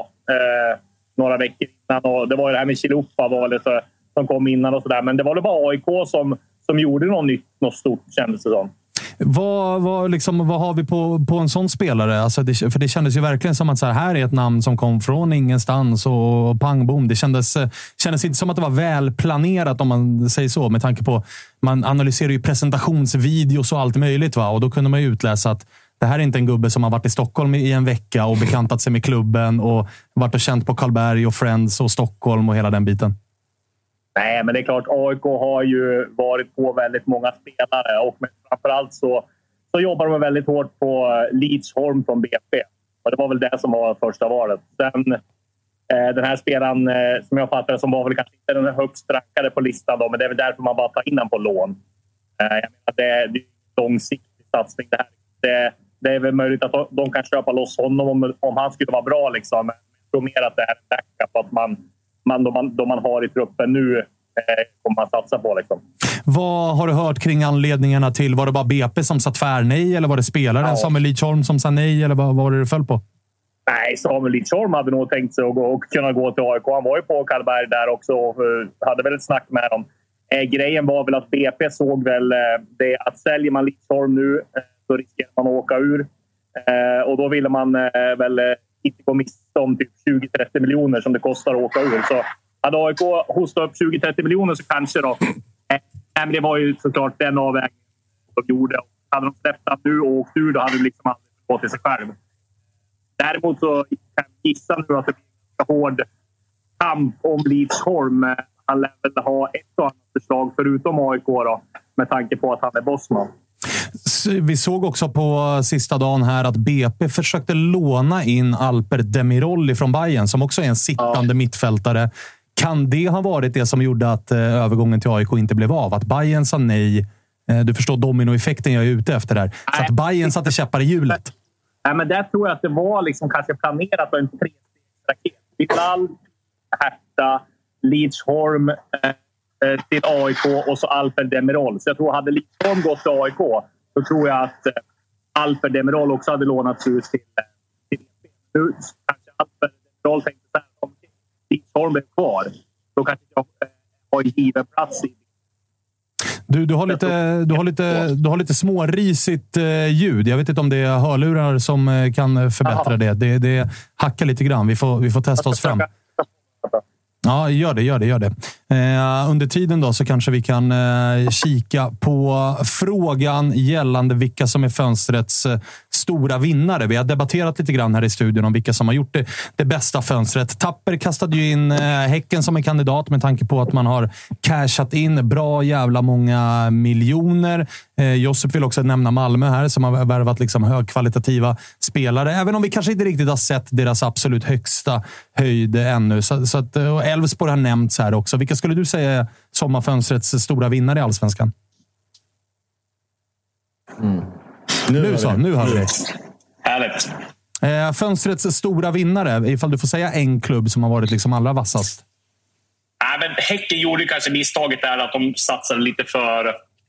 några veckor innan. Och det var ju det här med Chilupa som kom innan och sådär. Men det var det bara AIK som gjorde något stort, kändes det som. Vad har vi på en sån spelare? Alltså för det kändes ju verkligen som att så här är ett namn som kom från ingenstans och pang bom. Det kändes inte som att det var väl planerat, om man säger så, med tanke på man analyserar ju presentationsvideos och allt möjligt, va? Och då kunde man ju utläsa att det här är inte en gubbe som har varit i Stockholm i en vecka och bekantat sig med klubben och varit och känt på Karlberg och Friends och Stockholm och hela den biten. Nej, men det är klart, AIK har ju varit på väldigt många spelare och framförallt så jobbar de väldigt hårt på Lidsholm från BP. Och det var väl det som var första valet. Sen den här spelaren som jag fattade som var väl kanske inte den högst rankade på listan då, men det är väl därför man bara tar in den på lån. Jag menar, det är en långsiktig satsning det här. Det är väl möjligt att de kan köpa loss honom om han skulle vara bra liksom. Men jag tror mer att det är en backup att man har i truppen nu kommer man satsa på liksom. Vad har du hört kring anledningarna till? Var det bara BP som satt nej eller var det spelaren Samuel Lidsholm som sa nej eller vad var det föll på? Nej, Samuel Lidsholm hade nog tänkt sig att kunna gå till AIK. Han var ju på Karlberg där också och hade väl ett snack med dem. Grejen var väl att BP såg väl det att säljer man Lidsholm nu så riskerar man att åka ur. Och då ville man väl inte gå miste om typ 20-30 miljoner som det kostar att åka ur. Så hade AIK hostat upp 20-30 miljoner så kanske då. Men det var ju såklart den avvägningen de gjorde. Hade de släppt att nu och åkt ur, då hade det liksom aldrig gått till sig själv. Däremot så kan jag gissa nu att det blir en hård kamp om Lidsholm. Han lär väl ha ett och annat förslag förutom AIK då, med tanke på att han är bossman. Vi såg också på sista dagen här att BP försökte låna in Alper Demirol från Bayern, som också är en sittande mittfältare. Kan det ha varit det som gjorde att övergången till AIK inte blev av? Att Bayern sa nej. Du förstår dominoeffekten jag är ute efter där. Så att Bayern satte käppar i hjulet. Nej, men där tror jag att det var liksom kanske planerat en 3-stegsraket. Bilal, Hertha, Lidsholm till AIK och så Alper Demirol. Så jag tror att hade Lidsholm gått till AIK så tror jag att Alper Demirol också hade lånats ut till nu kanske Alper Demirol tänkte så här, om Lidsholm är kvar då kanske jag har given plats i. Du har lite smårisigt ljud. Jag vet inte om det är hörlurar som kan förbättra det. Det hackar lite grann. Vi får testa oss fram. Ja, gör det. Under tiden då så kanske vi kan kika på frågan gällande vilka som är fönstrets stora vinnare. Vi har debatterat lite grann här i studion om vilka som har gjort det bästa fönstret. Tapper kastade ju in Häcken som en kandidat med tanke på att man har cashat in bra jävla många miljoner. Josip vill också nämna Malmö här som har värvat liksom högkvalitativa spelare. Även om vi kanske inte riktigt har sett deras absolut högsta höjd ännu. Så att, och Elfsborg har nämnts här också. Vilka skulle du säga är sommarfönstrets stora vinnare i Allsvenskan? Nu hör vi det. Härligt. Fönstrets stora vinnare, ifall du får säga en klubb som har varit liksom allra vassast. Men Häcken gjorde ju kanske misstaget där att de satsade lite för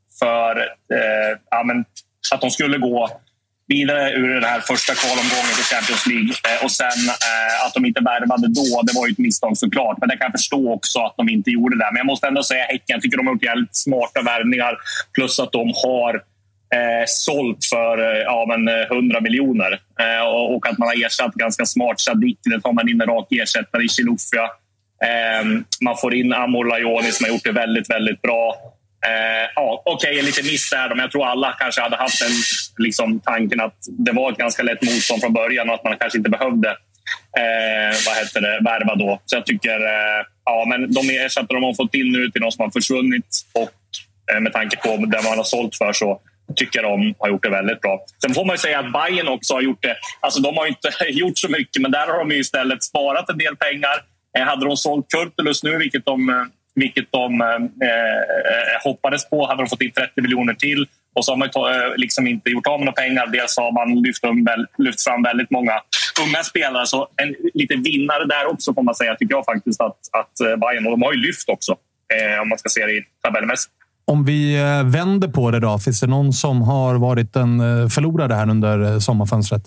att de skulle gå vidare ur den här första kvalomgången till Champions League. Och sen att de inte värvade då, det var ju ett misstag såklart. Men det kan jag förstå också att de inte gjorde det. Men jag måste ändå säga Häcken, jag tycker de har gjort jävligt smarta värvningar. Plus att de har sålt för 100 miljoner. Och att man har ersatt ganska smart Sadik. Det tar man in en rak ersättare i Chilufya. Man får in Amor Lajoni som har gjort det väldigt, väldigt bra. En liten miss där. Men jag tror alla kanske hade haft en tanken att det var ett ganska lätt motstånd från början och att man kanske inte behövde värva då. Så jag tycker men de ersättare de har fått in nu till de som har försvunnit och med tanke på det man har sålt för så tycker de har gjort det väldigt bra. Sen får man ju säga att Bayern också har gjort det. Alltså de har ju inte gjort så mycket, men där har de ju istället sparat en del pengar. Hade de sålt Kurtulus nu, vilket de hoppades på, hade de fått in 30 miljoner till. Och så har man liksom inte gjort av med några pengar. Dels har man lyft fram väldigt många unga spelare. Så en liten vinnare där också får man säga, tycker jag faktiskt att Bayern, och de har ju lyft också om man ska se det i tabellmässigt. Om vi vänder på det då, finns det någon som har varit en förlorare här under sommarfönstret?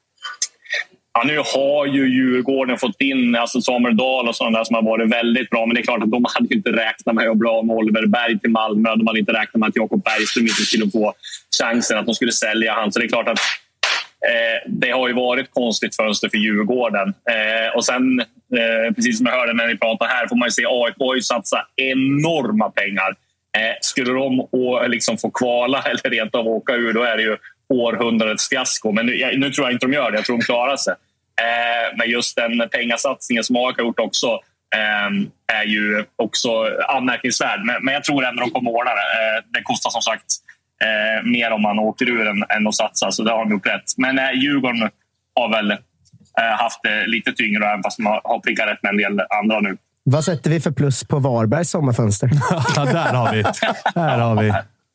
Ja, nu har ju Djurgården fått in Samuel Dahl och sådana där som har varit väldigt bra. Men det är klart att de hade inte räknat med att bli av med Oliver Berg till Malmö. De hade inte räknat med att Jakob Bergström inte skulle få chansen, att de skulle sälja han. Så det är klart att det har ju varit konstigt fönster för Djurgården. Och sen, precis som jag hörde när ni pratade här, får man ju se AIK satsa enorma pengar. Skulle de få kvala eller rent av åka ur, då är det ju århundradets fiasko. Men nu tror jag inte de gör det. Jag tror de klarar sig. Men just den pengasatsningen som AIK har gjort också är ju också anmärkningsvärd. Men jag tror ändå de kommer ordna det. Det kostar som sagt mer om man åker ur än att satsa. Så det har de gjort rätt. Men Djurgården har väl haft det lite tyngre, även fast de har prickat rätt med en del andra nu. Vad sätter vi för plus på Varbergs sommarfönster? Ja, där har vi.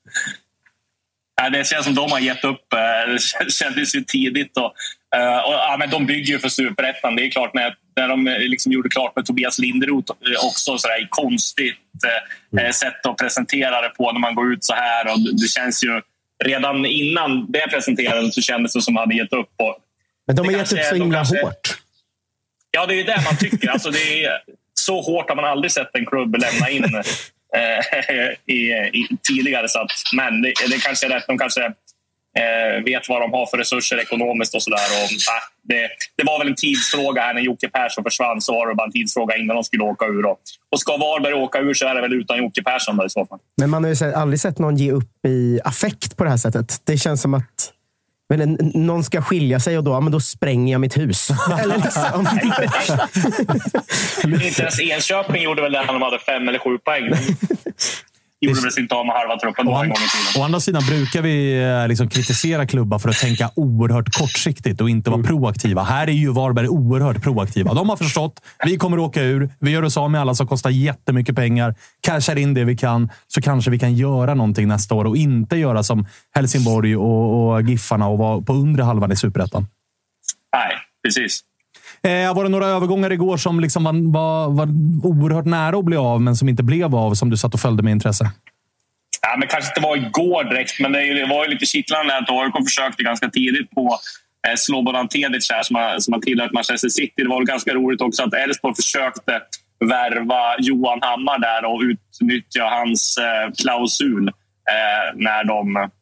Det känns som de har gett upp. Det kändes ju tidigt. Men de bygger ju för Superettan. Det är klart, när de liksom gjorde klart med Tobias Linderoth också så där konstigt sätt att presentera det på när man går ut så här. Och det känns ju redan innan det presenterades så kändes det som att de hade gett upp. Men de har gett upp så himla hårt. Ja, det är ju det man tycker. Alltså, det är så hårt har man aldrig sett en klubb lämna in i tidigare. Så att, men det kanske är rätt. De kanske vet vad de har för resurser ekonomiskt och sådär. Det var väl en tidsfråga här när Jocke Persson försvann, så var det bara en tidsfråga innan de skulle åka ur. Och ska Varberg åka ur så är det väl utan Jocke Persson då, i så fall. Men man har ju aldrig sett någon ge upp i affekt på det här sättet. Det känns som att någon ska skilja sig och då spränger jag mitt hus. Eller liksom. Inte ens Enköping gjorde väl det när de hade 5 eller 7 poäng. Gjorde väl inte av med halva truppen någon gång i tiden. Å andra sidan brukar vi liksom kritisera klubbar för att tänka oerhört kortsiktigt och inte vara proaktiva. Här är ju Varberg oerhört proaktiva. De har förstått, vi kommer åka ur. Vi gör oss av med alla som kostar jättemycket pengar. Cashar in det vi kan, så kanske vi kan göra någonting nästa år och inte göra som Helsingborg och Giffarna och vara på undre halvan i Superettan. Nej, precis. Var det några övergångar igår som liksom var oerhört nära att bli av men som inte blev av, som du satt och följde med intresse? Ja, men kanske inte var igår direkt, men det var ju lite kittlande att AIK försökte ganska tidigt på Slobodan Tedic här, som har tillhört Manchester City. Det var väl ganska roligt också att Elfsborg försökte värva Johan Hammar där och utnyttja hans klausul när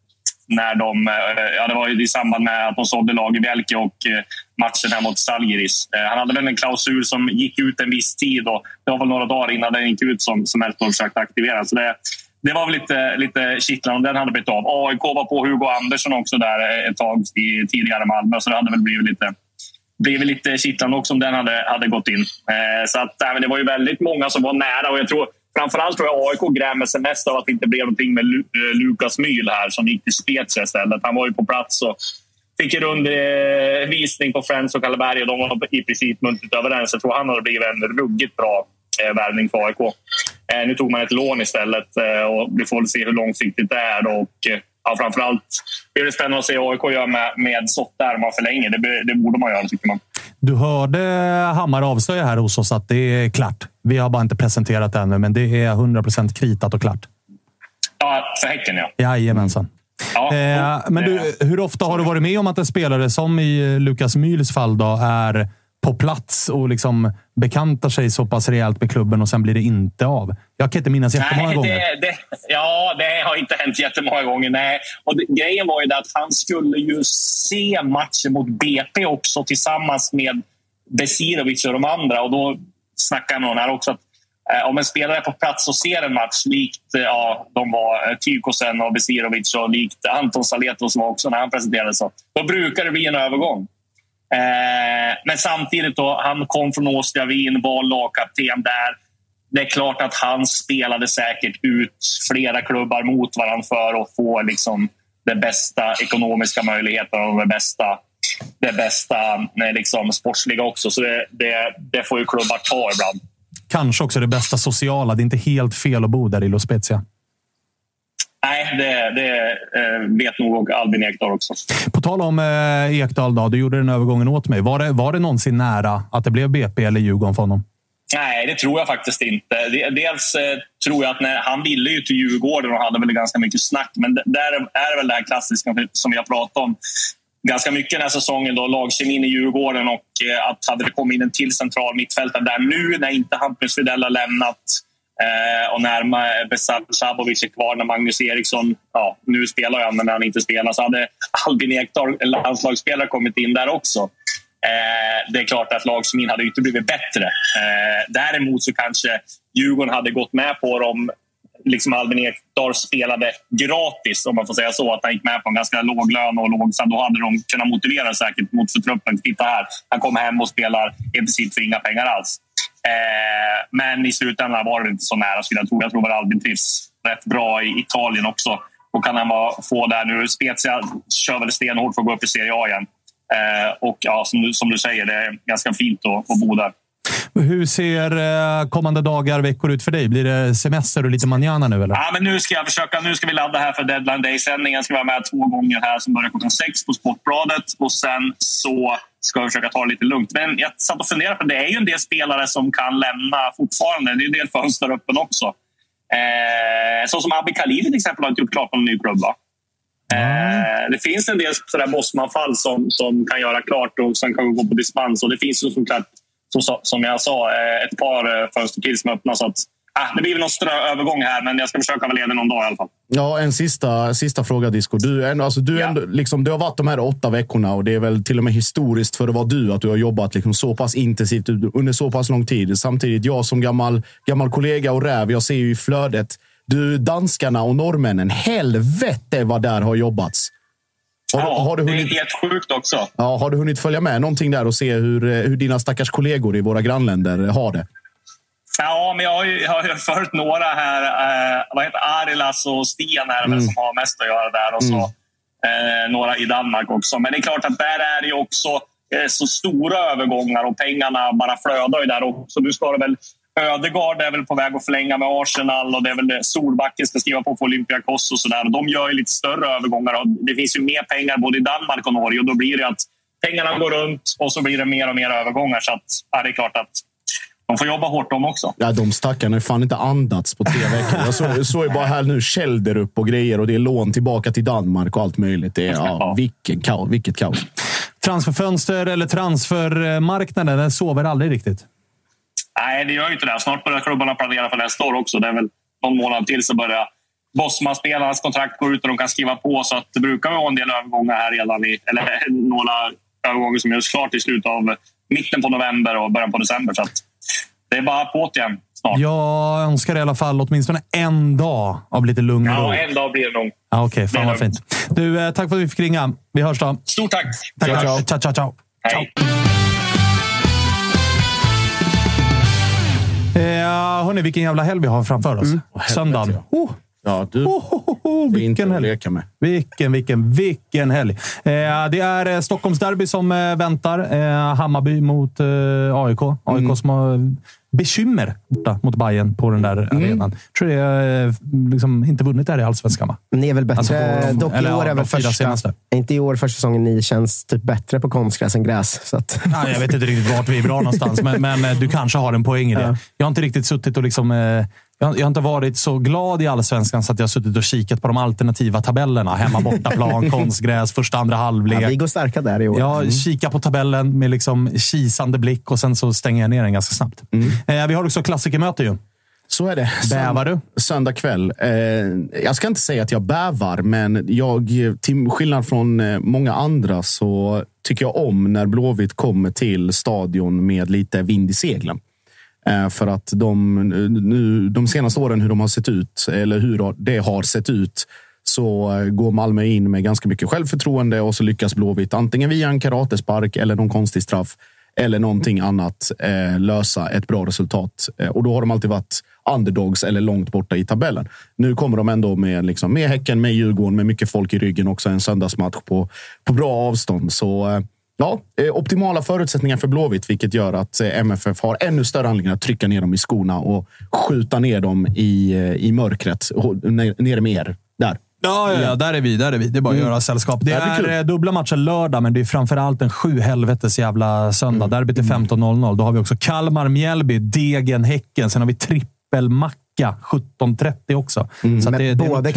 när det var i samband med att de sålde Lagerbielke och matchen här mot Žalgiris. Han hade väl en klausul som gick ut en viss tid och det var väl några dagar innan den gick ut som Elfsborg försökte aktivera. Så det var väl lite kittlande om den hade blivit av. AIK var på Hugo Andersson också där ett tag i tidigare Malmö, så det hade väl blivit lite kittlande också om den hade gått in. Så att, det var ju väldigt många som var nära och jag tror framförallt AIK grämer sig mest av att det inte blev någonting med Lukas Myhl här som gick till Spezia istället. Han var ju på plats och fick en rundvisning på Friends och Kalleberg och de var i princip muntligt överens. Jag tror han hade blivit en ruggigt bra värvning för AIK. Nu tog man ett lån istället och vi får se hur långsiktigt det är. Och framförallt blir det spännande att se AIK göra med Sott där man förlänger. Det borde man göra, tycker man. Du hörde Hammar avslöja här hos oss att det är klart. Vi har bara inte presenterat det ännu, men det är 100% kritat och klart. Ja, för Häcken, ja. Jajamensan. Ja, men hur ofta har du varit med om att en spelare som i Lukas Myhls fall då är på plats och liksom bekantar sig så pass rejält med klubben och sen blir det inte av? Jag kan inte minnas jättemånga gånger. Det har inte hänt jättemånga gånger. Nej. Och grejen var ju det att han skulle ju se matchen mot BP också tillsammans med Besirovic och de andra. Och då snackade jag med någon här också att om en spelare är på plats och ser en match likt de var Tykosen och Besirovic och likt Anton Saletos var också när han presenterade så. Då brukar det bli en övergång. Men samtidigt då, han kom från Austria Wien, var lagkapten där. Det är klart att han spelade säkert ut flera klubbar mot varandra för att få liksom det bästa ekonomiska möjligheterna och det bästa liksom sportsliga också. Så det får ju klubbar ta ibland. Kanske också det bästa sociala. Det är inte helt fel att bo där i Lo Spezia. Nej, det vet nog Albin Ekdal också. På tal om Ekdal då, du gjorde den övergången åt mig. Var det någonsin nära att det blev BP eller Djurgården för honom? Nej, det tror jag faktiskt inte. Dels tror jag att när han ville ju till Djurgården och hade väl ganska mycket snack. Men där är väl det här klassiska som vi har pratat om ganska mycket den här säsongen då, lagkemin i Djurgården och att hade det kommit in en till central mittfältare där nu när inte Hampus Widell har lämnat och när Besat Šabovic är kvar, när Magnus Eriksson nu spelar han, men när han inte spelar så hade Albin Ekdal, en landslagsspelare, kommit in där också. Det är klart att lagkemin hade inte blivit bättre. Däremot så kanske Djurgården hade gått med på dem. Liksom Albin Ekdal spelade gratis, om man får säga så, att han gick med på en ganska låg lön och så då hade de kunnat motivera säkert mot för truppen. Titta här, han kommer hem och spelar i princip för inga pengar alls. Men i slutändan var det inte så nära, skulle jag tro. Jag tror att Albin trivs rätt bra i Italien också och kan han få där nu. Spezia kör väl stenhårt för att gå upp i Serie A igen. Och som du säger, det är ganska fint att bo där. Hur ser kommande dagar, veckor ut för dig? Blir det semester och lite manjana nu eller? Ja, men nu ska vi ladda här för Deadline Day-sändningen. Ska vara med 2 gånger här som börjar klockan 6 på Sportbladet. Och sen så ska vi försöka ta det lite lugnt. Men jag satt och funderade på det. Det är ju en del spelare som kan lämna fortfarande. Det är en del fönster öppen också. Så som Abbe Khalili till exempel har inte gjort klart någon ny klubb, va? Det finns en del sådär Bosman-fall som kan göra klart och sen kan gå på dispens. Och det finns ju såklart, som jag sa, ett par fönster till som öppnas. Så att, det blir väl någon övergång här, men jag ska försöka väl leda någon dag i alla fall. Ja, en sista fråga, Disco. Du har varit de här 8 veckorna och det är väl till och med historiskt för att vara du att du har jobbat liksom så pass intensivt under så pass lång tid. Samtidigt, jag som gammal kollega och räv, jag ser ju i flödet, danskarna och norrmännen, helvete vad där har jobbats. Har du hunnit, det är helt sjukt också. Ja, har du hunnit följa med någonting där och se hur dina stackars kollegor i våra grannländer har det? Ja, men jag har ju följt några här. Vad heter Arilas och Stian här som har mest att göra där. Och så några i Danmark också. Men det är klart att där är det också så stora övergångar och pengarna bara flödar ju där också. Du ska väl Ödegaard är väl på väg att förlänga med Arsenal och det är väl Solbacken ska skriva på för Olympiakos och sådär. De gör ju lite större övergångar och det finns ju mer pengar både i Danmark och Norge och då blir det att pengarna går runt och så blir det mer och mer övergångar. Så att, det är klart att de får jobba hårt de också. Ja, de stackarna har fan inte andats på 3 veckor. Jag såg ju bara här nu Kälder upp och grejer och det är lån tillbaka till Danmark och allt möjligt. Det är vilket kaos. Transferfönster eller transfermarknaden, den sover aldrig riktigt. Nej, det gör ju inte det. Snart börjar klubbarna planera för nästa år också. Det är väl någon månad till så börjar Bosman-spelarnas kontrakt går ut och de kan skriva på, så att det brukar vara en del övergångar här redan eller några övergångar som görs klart i slutet av mitten på november och början på december, så att det är bara på igen snart. Jag önskar i alla fall åtminstone en dag av lite lugn och ro. Ja, en dag blir det nog. Ja, okej, fan vad fint. Du, tack för att vi fick ringa. Vi hörs då. Stort tack. Ciao, ciao. Hej. Hörrni, vilken jävla helg vi har framför oss. Söndagen. Ja, du. Vilken helg. Leka med. Vilken helg. Det är Stockholmsderby som väntar. Hammarby mot AIK. AIK som har bekymmer mot Bayern på den där arenan. Jag tror det är liksom inte vunnit där i Allsvenskan. Ni är väl bättre. Alltså dock i år är väl inte i år första säsongen ni känns typ bättre på konstgräs än gräs. Så att... Jag vet inte riktigt vart vi är bra någonstans. men du kanske har en poäng i det. Jag har inte riktigt suttit och liksom... Jag har inte varit så glad i Allsvenskan så att jag har suttit och kikat på de alternativa tabellerna. Hemma, bortaplan, konstgräs, första, andra halvlek. Ja, vi går starka där i år. Jag kikar på tabellen med liksom kisande blick och sen så stänger jag ner den ganska snabbt. Vi har också klassikermöte ju. Så är det. Bävar du? Söndag kväll. Jag ska inte säga att jag bävar, men till skillnad från många andra så tycker jag om när Blåvitt kommer till stadion med lite vind i seglen. För att de senaste åren hur de har sett ut, eller hur det har sett ut, så går Malmö in med ganska mycket självförtroende och så lyckas Blåvitt antingen via en karatespark eller någon konstig straff eller någonting annat lösa ett bra resultat. Och då har de alltid varit underdogs eller långt borta i tabellen. Nu kommer de ändå med Häcken, med Djurgården, med mycket folk i ryggen, också en söndagsmatch på bra avstånd. Så optimala förutsättningar för Blåvitt, vilket gör att MFF har ännu större anledning att trycka ner dem i skorna och skjuta ner dem i mörkret. Nere med er. Där. Ja, där är vi. Det är bara att göra sällskap. Det är dubbla matcher lördag, men det är framförallt en 7-helvetes jävla söndag. Derbyt är 15:00. Då har vi också Kalmar, Mjällby, Degen, Häcken. Sen har vi trippelmacka 17:30 också. Så att det både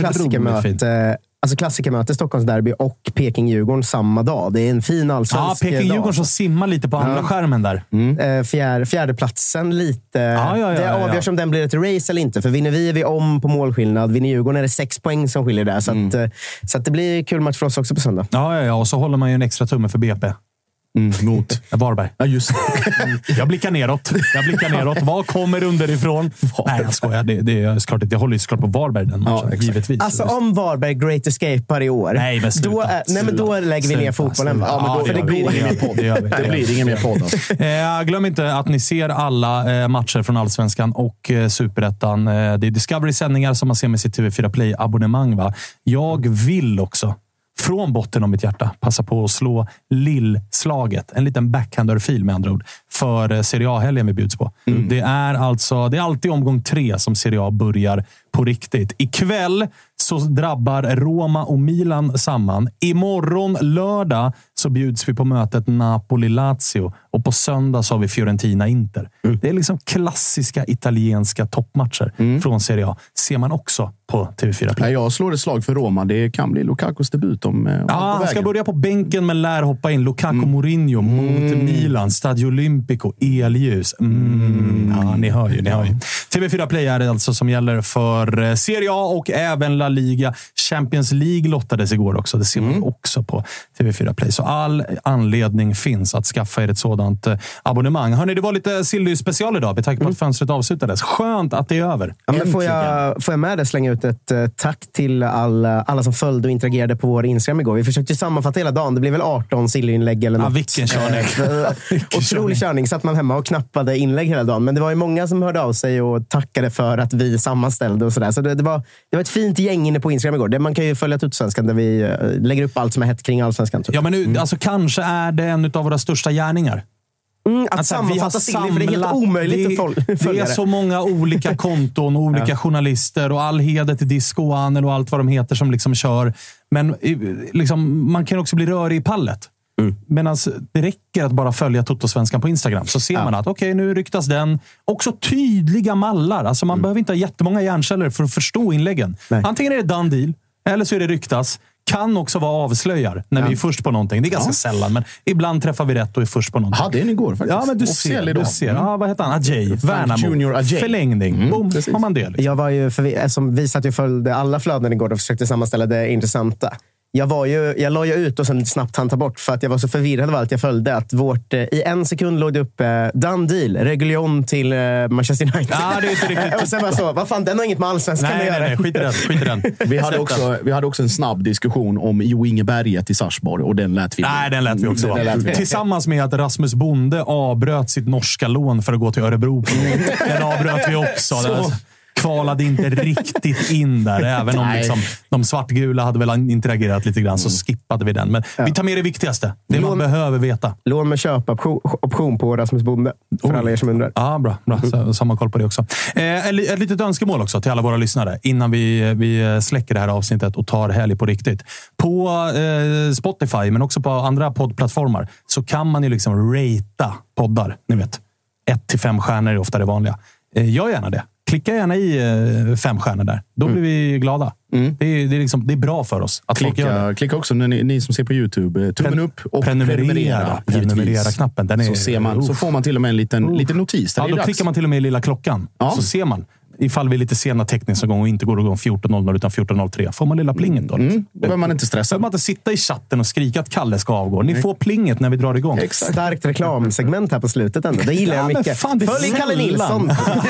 klassikermöte Stockholmsderby och Peking-Djurgården samma dag. Det är en fin allsvensk dag. Ja, Peking-Djurgården som simmar lite på andra skärmen där. Fjärdeplatsen lite. Det avgörs om den blir ett race eller inte. För vinner vi är vi om på målskillnad. Vinner Djurgården är det 6 poäng som skiljer där. Så att det blir kul match för oss också på söndag. Ja. Och så håller man ju en extra tumme för BP. Mot Varberg. Ja, just det. Jag blickar neråt. Vad kommer underifrån? Nej, jag skojar. Det är klart att jag håller ju såklart på Varberg den matchen. Ja, givetvis. Alltså om Varberg Great Escape i år. Nej, men sluta. Då lägger vi ner fotbollen. Det blir ingen mer podd. Glöm inte att ni ser alla matcher från Allsvenskan och Superettan. Det är Discovery-sändningar som man ser med sitt TV4 Play-abonnemang. Va? Jag vill också från botten av mitt hjärta passa på att slå lillslaget. En liten backhander-fil med andra ord. För Serie A-helgen vi bjuds på. Det är alltid omgång 3 som Serie A börjar på riktigt. Ikväll så drabbar Roma och Milan samman. Imorgon lördag så bjuds vi på mötet Napoli-Lazio. Och på söndag så har vi Fiorentina-Inter. Det är liksom klassiska italienska toppmatcher från Serie A. Ser man också på TV4 Play. Jag slår ett slag för Roma. Det kan bli Lukakos debut han ska börja på bänken men lär hoppa in. Lukaku Mourinho mot Milan. Stadio Olimpico, elljus. Ja, ni hör ju. TV4 Play är det alltså som gäller för Serie A och även La Liga. Champions League lottades igår också. Det ser man också på TV4 Play. Så all anledning finns att skaffa er ett sådant abonnemang. Hörrni, det var lite Silly special idag. Med tanke på att fönstret avslutades. Skönt att det är över. Ja, men får jag med det slänga ut ett tack till alla som följde och interagerade på vår Instagram igår. Vi försökte sammanfatta hela dagen. Det blev väl 18 Silly-inlägg eller något. Ja, vilken körning. Otrolig körning. Satt man hemma och knappade inlägg hela dagen. Men det var ju många som hörde av sig och tackade för att vi sammanställde och sådär. Så det var ett fint gäng inne på Instagram igår. Man kan ju följa Tutsvenskan där vi lägger upp allt som är hett kring Allsvenskan. Ja, men nu, alltså kanske är det en av våra största gärningar. Att sammanfatta Silly, för det är helt omöjligt att följa det. är så många olika konton och olika journalister och all heder till Disco och Anel och allt vad de heter som liksom kör. Men liksom, man kan också bli rörig i pallet. Men alltså, det räcker att bara följa Tuttosvenskan på Instagram så ser man att okej, nu ryktas den. Också tydliga mallar. Alltså man behöver inte ha jättemånga hjärnceller för att förstå inläggen. Antingen är det done deal eller så är det ryktas. kan också vara avslöjar när vi är först på någonting. Det är ganska sällan, men ibland träffar vi rätt och är först på någonting. Hade en igår faktiskt. Ja, men du ser. Ja, vad heter han? Ajay. Värnamo. Junior Ajay. Förlängning. Boom, har man det. Jag var ju, eftersom vi satt och följde alla flöden igår och försökte sammanställa det intressanta. Jag la ju ut och sen snabbt han ta bort för att jag var så förvirrad av allt jag följde. Att i en sekund låg det upp done deal, Reguljon till Manchester United. Ja, det är inte riktigt. Och sen var så, vad fan, den har inget med allsvenskan att göra. Nej, skit i den. Vi hade också en snabb diskussion om Jo Inge Berget i Sarpsborg och den lät vi. Nej, den lät vi också. Tillsammans med att Rasmus Bonde avbröt sitt norska lån för att gå till Örebro. Den avbröt vi också. Kvalade inte riktigt in där. Även om liksom, de svartgula hade väl interagerat lite grann så skippade vi den. Men vi tar med det viktigaste. Det man behöver veta. Lån med köpoption på Rasmus Bonde. För alla er som undrar. Ja, bra. Samma koll på det också. Ett litet önskemål också till alla våra lyssnare. Innan vi släcker det här avsnittet och tar helg på riktigt. På Spotify, men också på andra poddplattformar, så kan man ju liksom ratea poddar. Ni vet, 1-5 stjärnor är ofta det vanliga. Gör gärna det. Klicka gärna i 5 stjärnor där. Då blir vi glada. Det är bra för oss att folk gör det. Klicka också när ni som ser på YouTube. Tummen upp och prenumerera-knappen. Så får man till och med en liten notis. Ja, då klickar man till och med i lilla klockan. Ja. Så ser man. Ifall vi är lite sena tekniskt en gång och inte går igång 14.00 utan 14.03. Får man lilla plinget då? Liksom. Då behöver man inte stressa. Behöver man inte sitta i chatten och skrika att Kalle ska avgå. Ni får plinget när vi drar igång. Exakt. Starkt reklamsegment här på slutet ändå. Det gillar jag mycket. Följ Kalle Nilsson.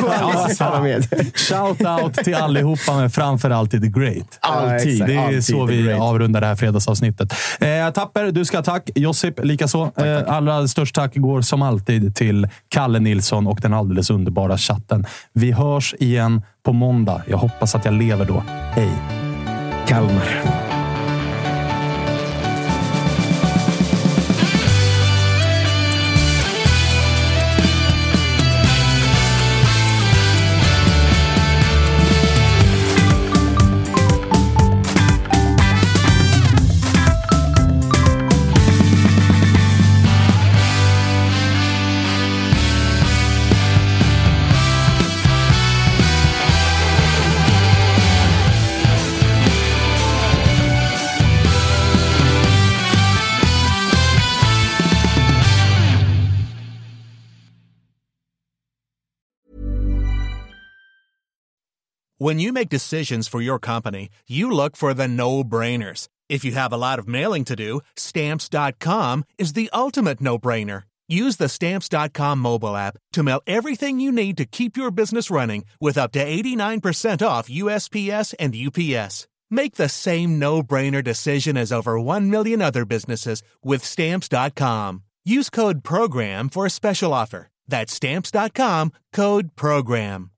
Shout out till allihopa, men framförallt till The Great. Alltid. Det är så vi avrundar det här fredagsavsnittet. Tapper, du ska tack. Josip, likaså. Allra störst tack går som alltid till Kalle Nilsson och den alldeles underbara chatten. Vi hörs igen på måndag. Jag hoppas att jag lever då. Hej. Kalmar. When you make decisions for your company, you look for the no-brainers. If you have a lot of mailing to do, Stamps.com is the ultimate no-brainer. Use the Stamps.com mobile app to mail everything you need to keep your business running with up to 89% off USPS and UPS. Make the same no-brainer decision as over 1 million other businesses with Stamps.com. Use code PROGRAM for a special offer. That's Stamps.com, code PROGRAM.